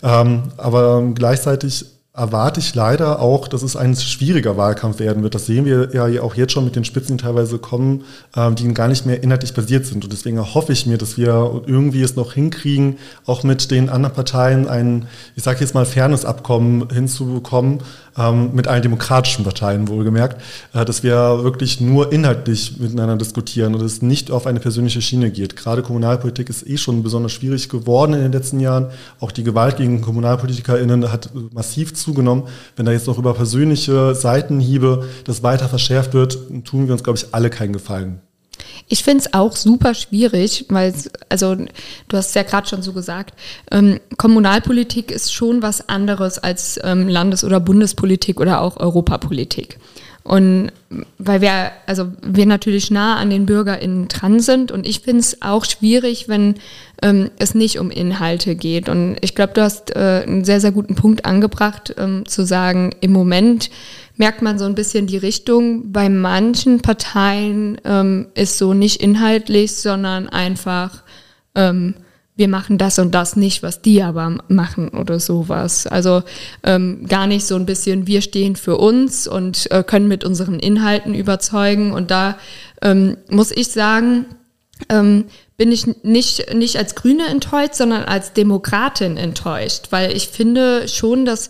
Aber gleichzeitig erwarte ich leider auch, dass es ein schwieriger Wahlkampf werden wird. Das sehen wir ja auch jetzt schon mit den Spitzen, die teilweise kommen, die gar nicht mehr inhaltlich basiert sind. Und deswegen hoffe ich mir, dass wir irgendwie es noch hinkriegen, auch mit den anderen Parteien ein, ich sage jetzt mal, Fairness-Abkommen hinzubekommen, mit allen demokratischen Parteien wohlgemerkt, dass wir wirklich nur inhaltlich miteinander diskutieren und es nicht auf eine persönliche Schiene geht. Gerade Kommunalpolitik ist schon besonders schwierig geworden in den letzten Jahren. Auch die Gewalt gegen KommunalpolitikerInnen hat massiv zugenommen. Wenn da jetzt noch über persönliche Seitenhiebe das weiter verschärft wird, tun wir uns, glaube ich, alle keinen Gefallen.
Ich finde es auch super schwierig, weil, also du hast es ja gerade schon so gesagt, Kommunalpolitik ist schon was anderes als Landes- oder Bundespolitik oder auch Europapolitik. Und weil wir natürlich nah an den BürgerInnen dran sind und ich finde es auch schwierig, wenn es nicht um Inhalte geht. Und ich glaube, du hast einen sehr, sehr guten Punkt angebracht, zu sagen, im Moment merkt man so ein bisschen die Richtung. Bei manchen Parteien ist so nicht inhaltlich, sondern einfach, wir machen das und das nicht, was die aber machen oder sowas. Also gar nicht so ein bisschen, wir stehen für uns und können mit unseren Inhalten überzeugen. Und da muss ich sagen, bin ich nicht als Grüne enttäuscht, sondern als Demokratin enttäuscht, weil ich finde schon, dass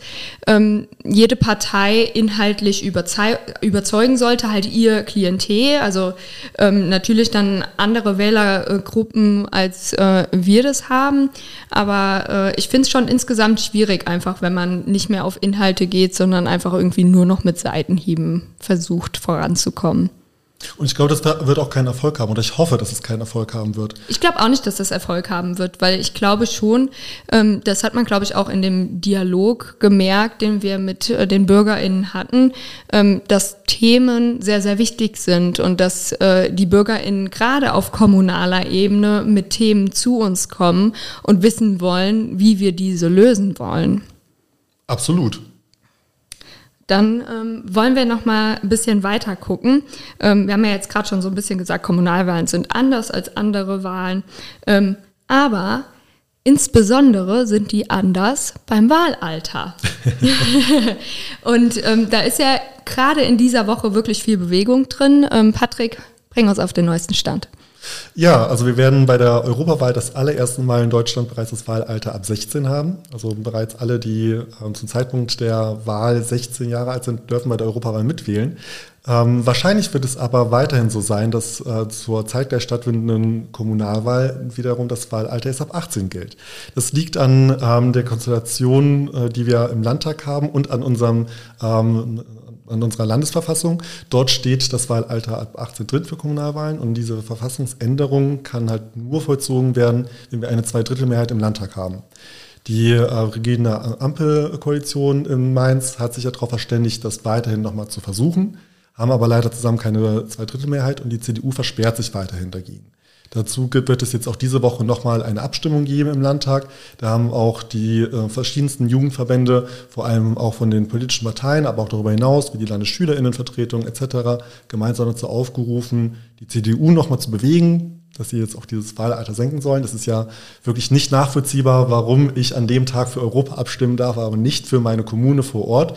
jede Partei inhaltlich überzeugen sollte, halt ihr Klientel, also natürlich dann andere Wählergruppen, als wir das haben, aber ich finde es schon insgesamt schwierig einfach, wenn man nicht mehr auf Inhalte geht, sondern einfach irgendwie nur noch mit Seitenhieben versucht voranzukommen.
Und ich glaube, das wird auch keinen Erfolg haben. Oder ich hoffe, dass es keinen Erfolg haben wird. Ich
glaube auch nicht, dass das Erfolg haben wird, weil ich glaube schon, das hat man, glaube ich, auch in dem Dialog gemerkt, den wir mit den BürgerInnen hatten, dass Themen sehr, sehr wichtig sind und dass die BürgerInnen gerade auf kommunaler Ebene mit Themen zu uns kommen und wissen wollen, wie wir diese lösen wollen.
Absolut.
Dann wollen wir noch mal ein bisschen weiter gucken. Wir haben ja jetzt gerade schon so ein bisschen gesagt, Kommunalwahlen sind anders als andere Wahlen. Aber insbesondere sind die anders beim Wahlalter. Und da ist ja gerade in dieser Woche wirklich viel Bewegung drin. Patrick, bring uns auf den neuesten Stand.
Ja, also wir werden bei der Europawahl das allererste Mal in Deutschland bereits das Wahlalter ab 16 haben. Also bereits alle, die zum Zeitpunkt der Wahl 16 Jahre alt sind, dürfen bei der Europawahl mitwählen. Wahrscheinlich wird es aber weiterhin so sein, dass zur zeitgleich stattfindenden Kommunalwahl wiederum das Wahlalter erst ab 18 gilt. Das liegt an der Konstellation, die wir im Landtag haben und an unserer Landesverfassung. Dort steht das Wahlalter ab 18 drin für Kommunalwahlen und diese Verfassungsänderung kann halt nur vollzogen werden, wenn wir eine 2/3 im Landtag haben. Die regierende Ampelkoalition in Mainz hat sich ja darauf verständigt, das weiterhin nochmal zu versuchen, haben aber leider zusammen keine 2/3 und die CDU versperrt sich weiterhin dagegen. Dazu wird es jetzt auch diese Woche nochmal eine Abstimmung geben im Landtag. Da haben auch die verschiedensten Jugendverbände, vor allem auch von den politischen Parteien, aber auch darüber hinaus, wie die Landesschülerinnenvertretung etc., gemeinsam dazu aufgerufen, die CDU nochmal zu bewegen, dass sie jetzt auch dieses Wahlalter senken sollen. Das ist ja wirklich nicht nachvollziehbar, warum ich an dem Tag für Europa abstimmen darf, aber nicht für meine Kommune vor Ort.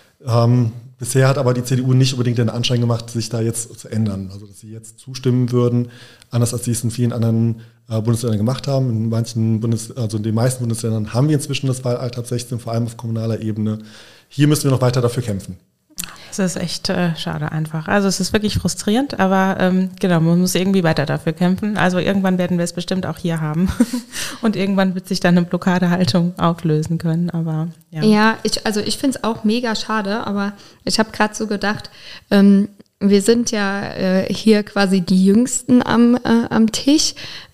Bisher hat aber die CDU nicht unbedingt den Anschein gemacht, sich da jetzt zu ändern. Also dass sie jetzt zustimmen würden, anders als sie es in vielen anderen Bundesländern gemacht haben. In den meisten Bundesländern haben wir inzwischen das Wahlalter ab 16, vor allem auf kommunaler Ebene. Hier müssen wir noch weiter dafür kämpfen.
Das ist echt schade einfach. Also es ist wirklich frustrierend, aber genau, man muss irgendwie weiter dafür kämpfen. Also irgendwann werden wir es bestimmt auch hier haben und irgendwann wird sich dann eine Blockadehaltung auflösen können. Aber
ja, ich finde es auch mega schade, aber ich habe gerade so gedacht, wir sind ja hier quasi die Jüngsten am Tisch.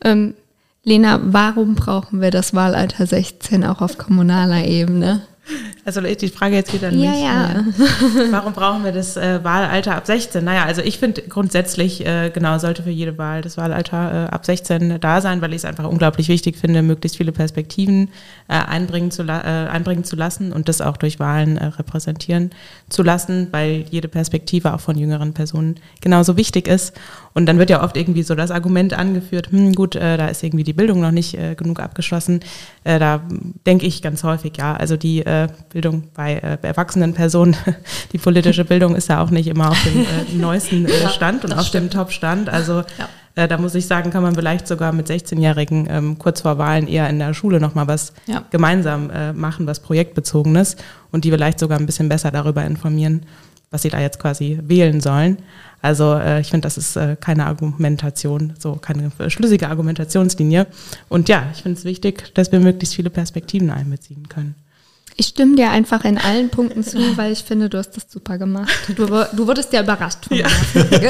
Lena, warum brauchen wir das Wahlalter 16 auch auf kommunaler Ebene?
Also die Frage jetzt wieder an mich.
Ja.
Warum brauchen wir das Wahlalter ab 16? Naja, also ich finde grundsätzlich, sollte für jede Wahl das Wahlalter ab 16 da sein, weil ich es einfach unglaublich wichtig finde, möglichst viele Perspektiven einbringen zu lassen und das auch durch Wahlen repräsentieren zu lassen, weil jede Perspektive auch von jüngeren Personen genauso wichtig ist. Und dann wird ja oft irgendwie so das Argument angeführt, da ist irgendwie die Bildung noch nicht genug abgeschlossen. Da denke ich ganz häufig, also die Bildung bei erwachsenen Personen, die politische Bildung ist ja auch nicht immer auf dem neuesten Stand und auf dem Top-Stand. Also da muss ich sagen, kann man vielleicht sogar mit 16-Jährigen kurz vor Wahlen eher in der Schule nochmal was gemeinsam machen, was projektbezogenes und die vielleicht sogar ein bisschen besser darüber informieren, was sie da jetzt quasi wählen sollen. Also ich finde, das ist keine Argumentation, keine schlüssige Argumentationslinie. Und ja, ich finde es wichtig, dass wir möglichst viele Perspektiven einbeziehen können.
Ich stimme dir einfach in allen Punkten zu, weil ich finde, du hast das super gemacht. Du wurdest ja überrascht von meiner Frage.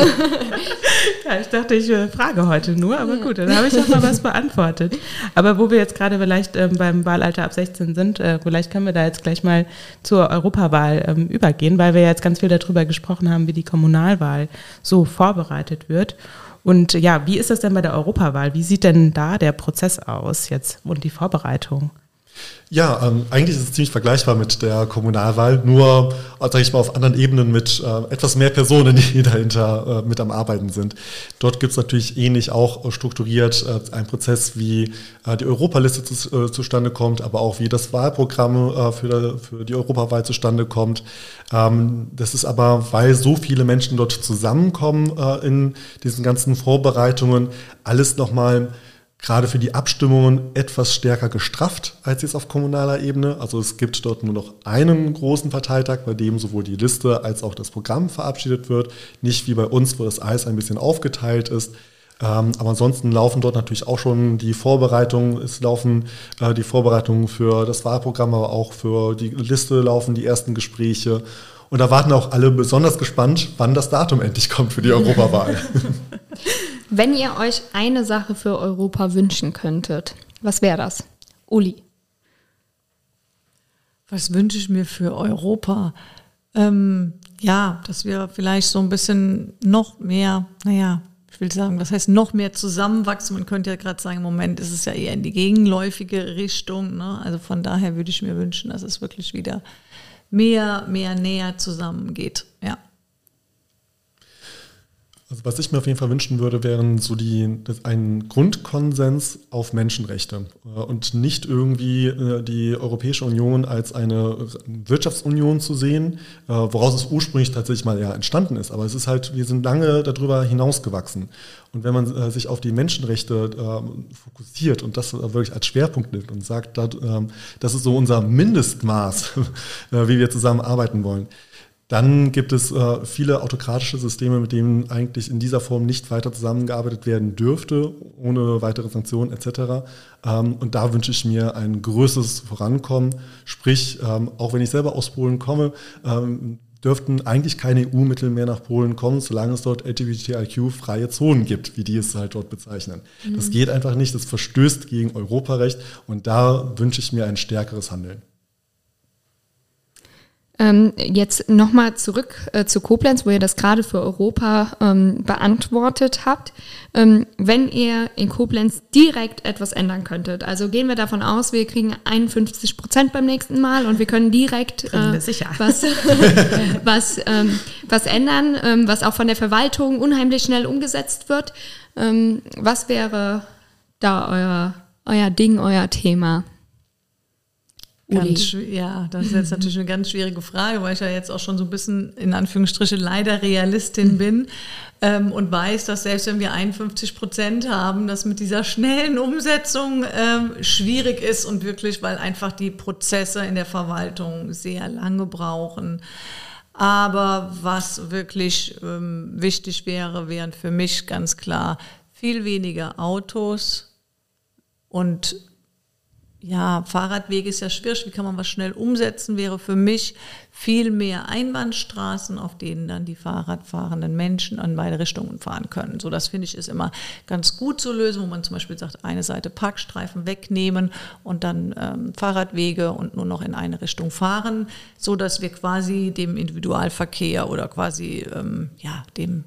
Ja, ich dachte, ich frage heute nur, aber gut, dann habe ich auch mal was beantwortet. Aber wo wir jetzt gerade vielleicht beim Wahlalter ab 16 sind, vielleicht können wir da jetzt gleich mal zur Europawahl übergehen, weil wir jetzt ganz viel darüber gesprochen haben, wie die Kommunalwahl so vorbereitet wird. Und ja, wie ist das denn bei der Europawahl? Wie sieht denn da der Prozess aus jetzt und die Vorbereitung?
Ja, eigentlich ist es ziemlich vergleichbar mit der Kommunalwahl, nur, sage ich mal, auf anderen Ebenen mit etwas mehr Personen, die dahinter mit am Arbeiten sind. Dort gibt es natürlich ähnlich auch strukturiert einen Prozess, wie die Europaliste zustande kommt, aber auch wie das Wahlprogramm für die Europawahl zustande kommt. Das ist aber, weil so viele Menschen dort zusammenkommen in diesen ganzen Vorbereitungen, alles nochmal gerade für die Abstimmungen etwas stärker gestrafft als jetzt auf kommunaler Ebene. Also es gibt dort nur noch einen großen Parteitag, bei dem sowohl die Liste als auch das Programm verabschiedet wird. Nicht wie bei uns, wo das alles ein bisschen aufgeteilt ist. Aber ansonsten laufen dort natürlich auch schon die Vorbereitungen. Es laufen die Vorbereitungen für das Wahlprogramm, aber auch für die Liste laufen die ersten Gespräche. Und da warten auch alle besonders gespannt, wann das Datum endlich kommt für die Europawahl.
Wenn ihr euch eine Sache für Europa wünschen könntet, was wäre das? Uli?
Was wünsche ich mir für Europa? Dass wir vielleicht so ein bisschen noch mehr, ich will sagen, was heißt noch mehr zusammenwachsen? Man könnte ja gerade sagen, im Moment ist es ja eher in die gegenläufige Richtung. Ne? Also von daher würde ich mir wünschen, dass es wirklich wieder mehr näher zusammengeht. Ja.
Also was ich mir auf jeden Fall wünschen würde, wären so ein Grundkonsens auf Menschenrechte und nicht irgendwie die Europäische Union als eine Wirtschaftsunion zu sehen, woraus es ursprünglich tatsächlich mal eher entstanden ist. Aber es ist halt, wir sind lange darüber hinausgewachsen. Und wenn man sich auf die Menschenrechte fokussiert und das wirklich als Schwerpunkt nimmt und sagt, das ist so unser Mindestmaß, wie wir zusammenarbeiten wollen, dann gibt es viele autokratische Systeme, mit denen eigentlich in dieser Form nicht weiter zusammengearbeitet werden dürfte, ohne weitere Sanktionen etc. Und da wünsche ich mir ein größeres Vorankommen. Sprich, auch wenn ich selber aus Polen komme, dürften eigentlich keine EU-Mittel mehr nach Polen kommen, solange es dort LGBTIQ-freie Zonen gibt, wie die es halt dort bezeichnen. Mhm. Das geht einfach nicht, das verstößt gegen Europarecht und da wünsche ich mir ein stärkeres Handeln.
Jetzt nochmal zurück zu Koblenz, wo ihr das gerade für Europa beantwortet habt. Wenn ihr in Koblenz direkt etwas ändern könntet, also gehen wir davon aus, wir kriegen 51% beim nächsten Mal und wir können direkt was ändern, was auch von der Verwaltung unheimlich schnell umgesetzt wird. Was wäre da euer Ding, euer Thema?
Das ist jetzt natürlich eine ganz schwierige Frage, weil ich ja jetzt auch schon so ein bisschen in Anführungsstrichen leider Realistin bin und weiß, dass selbst wenn wir 51% haben, das mit dieser schnellen Umsetzung schwierig ist und wirklich, weil einfach die Prozesse in der Verwaltung sehr lange brauchen. Aber was wirklich wichtig wäre, wären für mich ganz klar viel weniger Autos und Fahrradwege ist ja schwierig, wie kann man was schnell umsetzen, wäre für mich viel mehr Einbahnstraßen, auf denen dann die Fahrradfahrenden Menschen an beide Richtungen fahren können. So, das finde ich ist immer ganz gut zu lösen, wo man zum Beispiel sagt, eine Seite Parkstreifen wegnehmen und dann Fahrradwege und nur noch in eine Richtung fahren, so dass wir quasi dem Individualverkehr oder quasi dem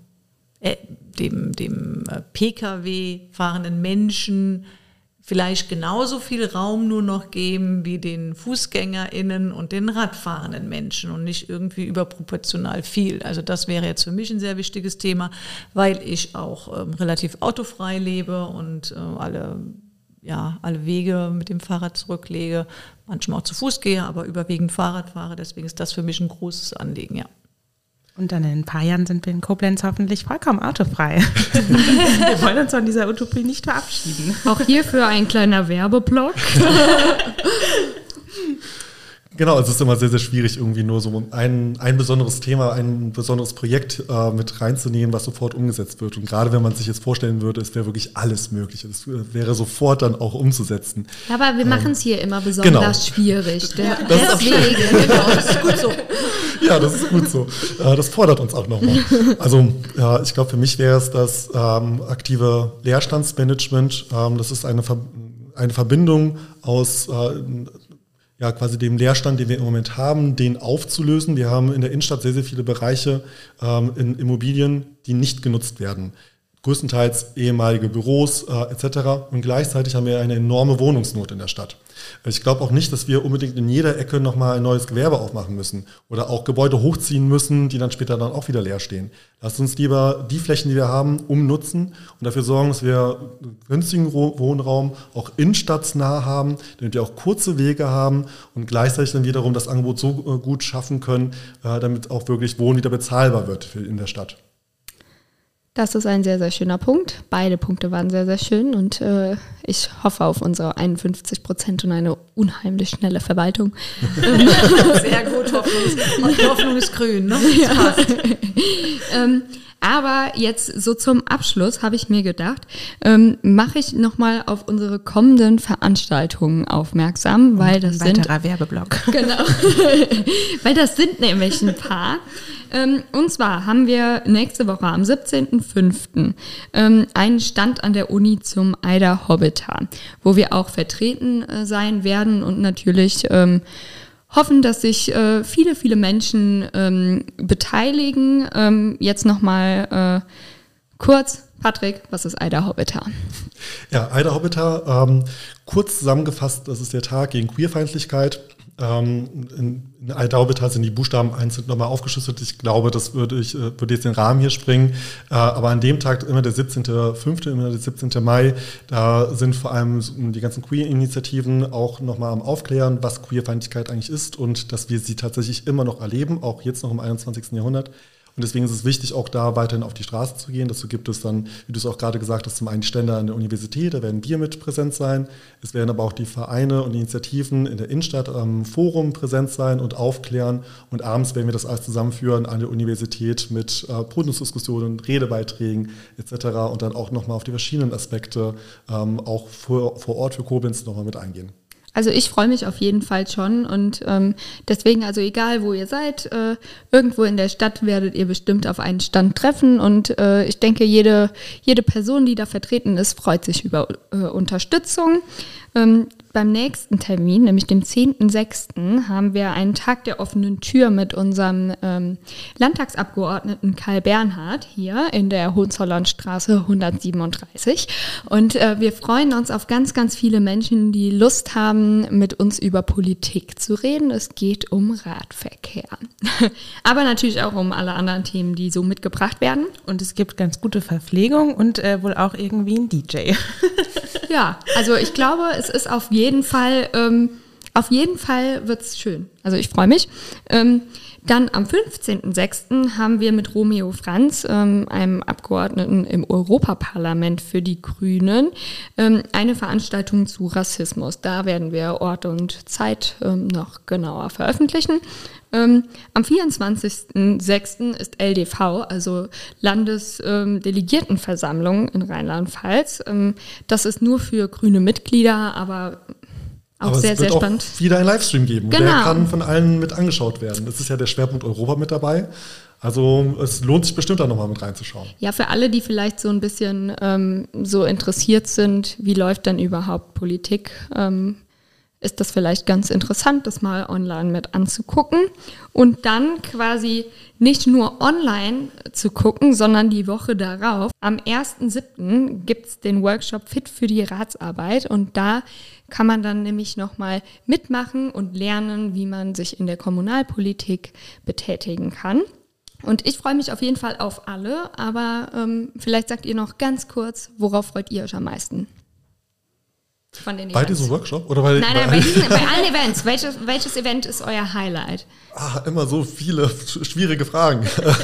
Pkw fahrenden Menschen vielleicht genauso viel Raum nur noch geben wie den FußgängerInnen und den radfahrenden Menschen und nicht irgendwie überproportional viel. Also das wäre jetzt für mich ein sehr wichtiges Thema, weil ich auch relativ autofrei lebe und alle Wege mit dem Fahrrad zurücklege, manchmal auch zu Fuß gehe, aber überwiegend Fahrrad fahre. Deswegen ist das für mich ein großes Anliegen, ja.
Und dann in ein paar Jahren sind wir in Koblenz hoffentlich vollkommen autofrei. Wir wollen uns von dieser Utopie nicht verabschieden.
Auch hierfür ein kleiner Werbeblock.
Genau, es ist immer sehr, sehr schwierig, irgendwie nur so ein besonderes Thema, ein besonderes Projekt mit reinzunehmen, was sofort umgesetzt wird. Und gerade wenn man sich jetzt vorstellen würde, es wäre wirklich alles möglich. Es wäre sofort dann auch umzusetzen.
Ja, aber wir machen es hier immer besonders schwierig.
Deswegen, das ist gut so.
Ja, das ist gut so. Das fordert uns auch nochmal. Also ich glaube, für mich wäre es das aktive Leerstandsmanagement. Das ist eine Verbindung aus quasi dem Leerstand, den wir im Moment haben, den aufzulösen. Wir haben in der Innenstadt sehr, sehr viele Bereiche in Immobilien, die nicht genutzt werden. Größtenteils ehemalige Büros etc. Und gleichzeitig haben wir eine enorme Wohnungsnot in der Stadt. Ich glaube auch nicht, dass wir unbedingt in jeder Ecke nochmal ein neues Gewerbe aufmachen müssen oder auch Gebäude hochziehen müssen, die dann später dann auch wieder leer stehen. Lasst uns lieber die Flächen, die wir haben, umnutzen und dafür sorgen, dass wir günstigen Wohnraum auch innenstadtsnah haben, damit wir auch kurze Wege haben und gleichzeitig dann wiederum das Angebot so gut schaffen können, damit auch wirklich Wohnen wieder bezahlbar wird in der Stadt.
Das ist ein sehr, sehr schöner Punkt. Beide Punkte waren sehr, sehr schön und ich hoffe auf unsere 51% und eine unheimlich schnelle Verwaltung.
Sehr gut, Hoffnung ist grün, ne? Das passt.
Aber jetzt so zum Abschluss habe ich mir gedacht, mache ich nochmal auf unsere kommenden Veranstaltungen aufmerksam, weil das sind...
Weiterer Werbeblock.
Genau, weil das sind nämlich ein paar. Und zwar haben wir nächste Woche am 17.05. Einen Stand an der Uni zum Eider Hobbiter, wo wir auch vertreten sein werden und natürlich hoffen, dass sich viele, viele Menschen beteiligen. Jetzt nochmal kurz, Patrick, was ist Eider Hobbiter?
Ja, Eider Hobbiter, kurz zusammengefasst, das ist der Tag gegen Queerfeindlichkeit. In Eider Hobbiter sind die Buchstaben einzeln nochmal aufgeschlüsselt. Ich glaube, das würde jetzt den Rahmen hier sprengen. Aber an dem Tag, immer der 17.05., immer der 17. Mai, da sind vor allem die ganzen Queer-Initiativen auch nochmal am Aufklären, was Queerfeindlichkeit eigentlich ist und dass wir sie tatsächlich immer noch erleben, auch jetzt noch im 21. Jahrhundert. Und deswegen ist es wichtig, auch da weiterhin auf die Straße zu gehen. Dazu gibt es dann, wie du es auch gerade gesagt hast, zum einen Stände an der Universität, da werden wir mit präsent sein. Es werden aber auch die Vereine und Initiativen in der Innenstadt am Forum präsent sein und aufklären. Und abends werden wir das alles zusammenführen an der Universität mit Podiumsdiskussionen, Redebeiträgen etc. Und dann auch nochmal auf die verschiedenen Aspekte auch vor Ort für Koblenz nochmal mit eingehen.
Also ich freue mich auf jeden Fall schon und deswegen, also egal wo ihr seid, irgendwo in der Stadt werdet ihr bestimmt auf einen Stand treffen und ich denke, jede Person, die da vertreten ist, freut sich über Unterstützung. beim nächsten Termin, nämlich dem 10.06., haben wir einen Tag der offenen Tür mit unserem Landtagsabgeordneten Karl Bernhard hier in der Hohenzollernstraße 137. Und wir freuen uns auf ganz, ganz viele Menschen, die Lust haben, mit uns über Politik zu reden. Es geht um Radverkehr. Aber natürlich auch um alle anderen Themen, die so mitgebracht werden.
Und es gibt ganz gute Verpflegung und wohl auch irgendwie einen DJ.
Ja, also ich glaube, es ist auf jeden Fall wird es schön. Also ich freue mich. Dann am 15.06. haben wir mit Romeo Franz, einem Abgeordneten im Europaparlament für die Grünen, eine Veranstaltung zu Rassismus. Da werden wir Ort und Zeit noch genauer veröffentlichen. Am 24.06. ist LDV, also Landesdelegiertenversammlung in Rheinland-Pfalz. Das ist nur für grüne Mitglieder, aber sehr, sehr spannend.
Es wird auch wieder einen Livestream geben.
Genau.
Der kann von allen mit angeschaut werden. Das ist ja der Schwerpunkt Europa mit dabei. Also es lohnt sich bestimmt da nochmal mit reinzuschauen.
Ja, für alle, die vielleicht so ein bisschen so interessiert sind, wie läuft dann überhaupt Politik, ist das vielleicht ganz interessant, das mal online mit anzugucken und dann quasi nicht nur online zu gucken, sondern die Woche darauf. Am 1.07. gibt es den Workshop Fit für die Ratsarbeit und da kann man dann nämlich nochmal mitmachen und lernen, wie man sich in der Kommunalpolitik betätigen kann. Und ich freue mich auf jeden Fall auf alle, aber vielleicht sagt ihr noch ganz kurz, worauf freut ihr euch am meisten? Von den
bei
Events.
diesem Workshop? Oder bei
Nein, bei allen Events. Welches Event ist euer Highlight?
Immer so viele schwierige Fragen.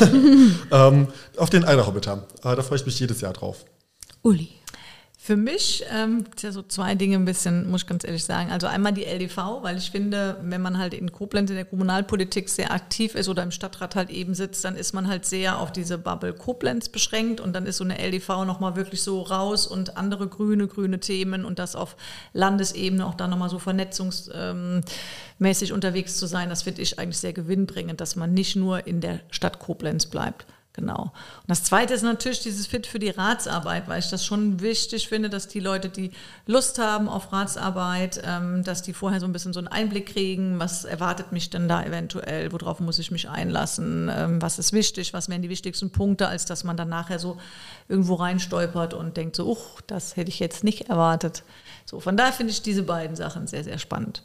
Auf den Eiderhobbiter. Da freue ich mich jedes Jahr drauf.
Uli.
Für mich ist ja so zwei Dinge ein bisschen, muss ich ganz ehrlich sagen. Also einmal die LDV, weil ich finde, wenn man halt in Koblenz in der Kommunalpolitik sehr aktiv ist oder im Stadtrat halt eben sitzt, dann ist man halt sehr auf diese Bubble Koblenz beschränkt und dann ist so eine LDV nochmal wirklich so raus und andere grüne Themen und das auf Landesebene auch dann nochmal so vernetzungsmäßig unterwegs zu sein, das finde ich eigentlich sehr gewinnbringend, dass man nicht nur in der Stadt Koblenz bleibt. Genau. Und das Zweite ist natürlich dieses Fit für die Ratsarbeit, weil ich das schon wichtig finde, dass die Leute, die Lust haben auf Ratsarbeit, dass die vorher so ein bisschen so einen Einblick kriegen, was erwartet mich denn da eventuell, worauf muss ich mich einlassen, was ist wichtig, was wären die wichtigsten Punkte, als dass man dann nachher so irgendwo reinstolpert und denkt so, das hätte ich jetzt nicht erwartet. So, von daher finde ich diese beiden Sachen sehr, sehr spannend.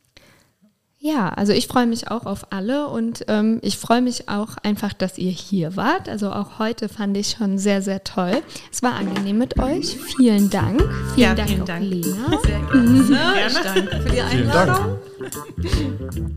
Ja, also ich freue mich auch auf alle und ich freue mich auch einfach, dass ihr hier wart. Also auch heute fand ich schon sehr, sehr toll. Es war angenehm mit euch. Vielen Dank. Vielen Dank, Lena.
Sehr gerne. Ich danke für die Einladung.
Vielen Dank.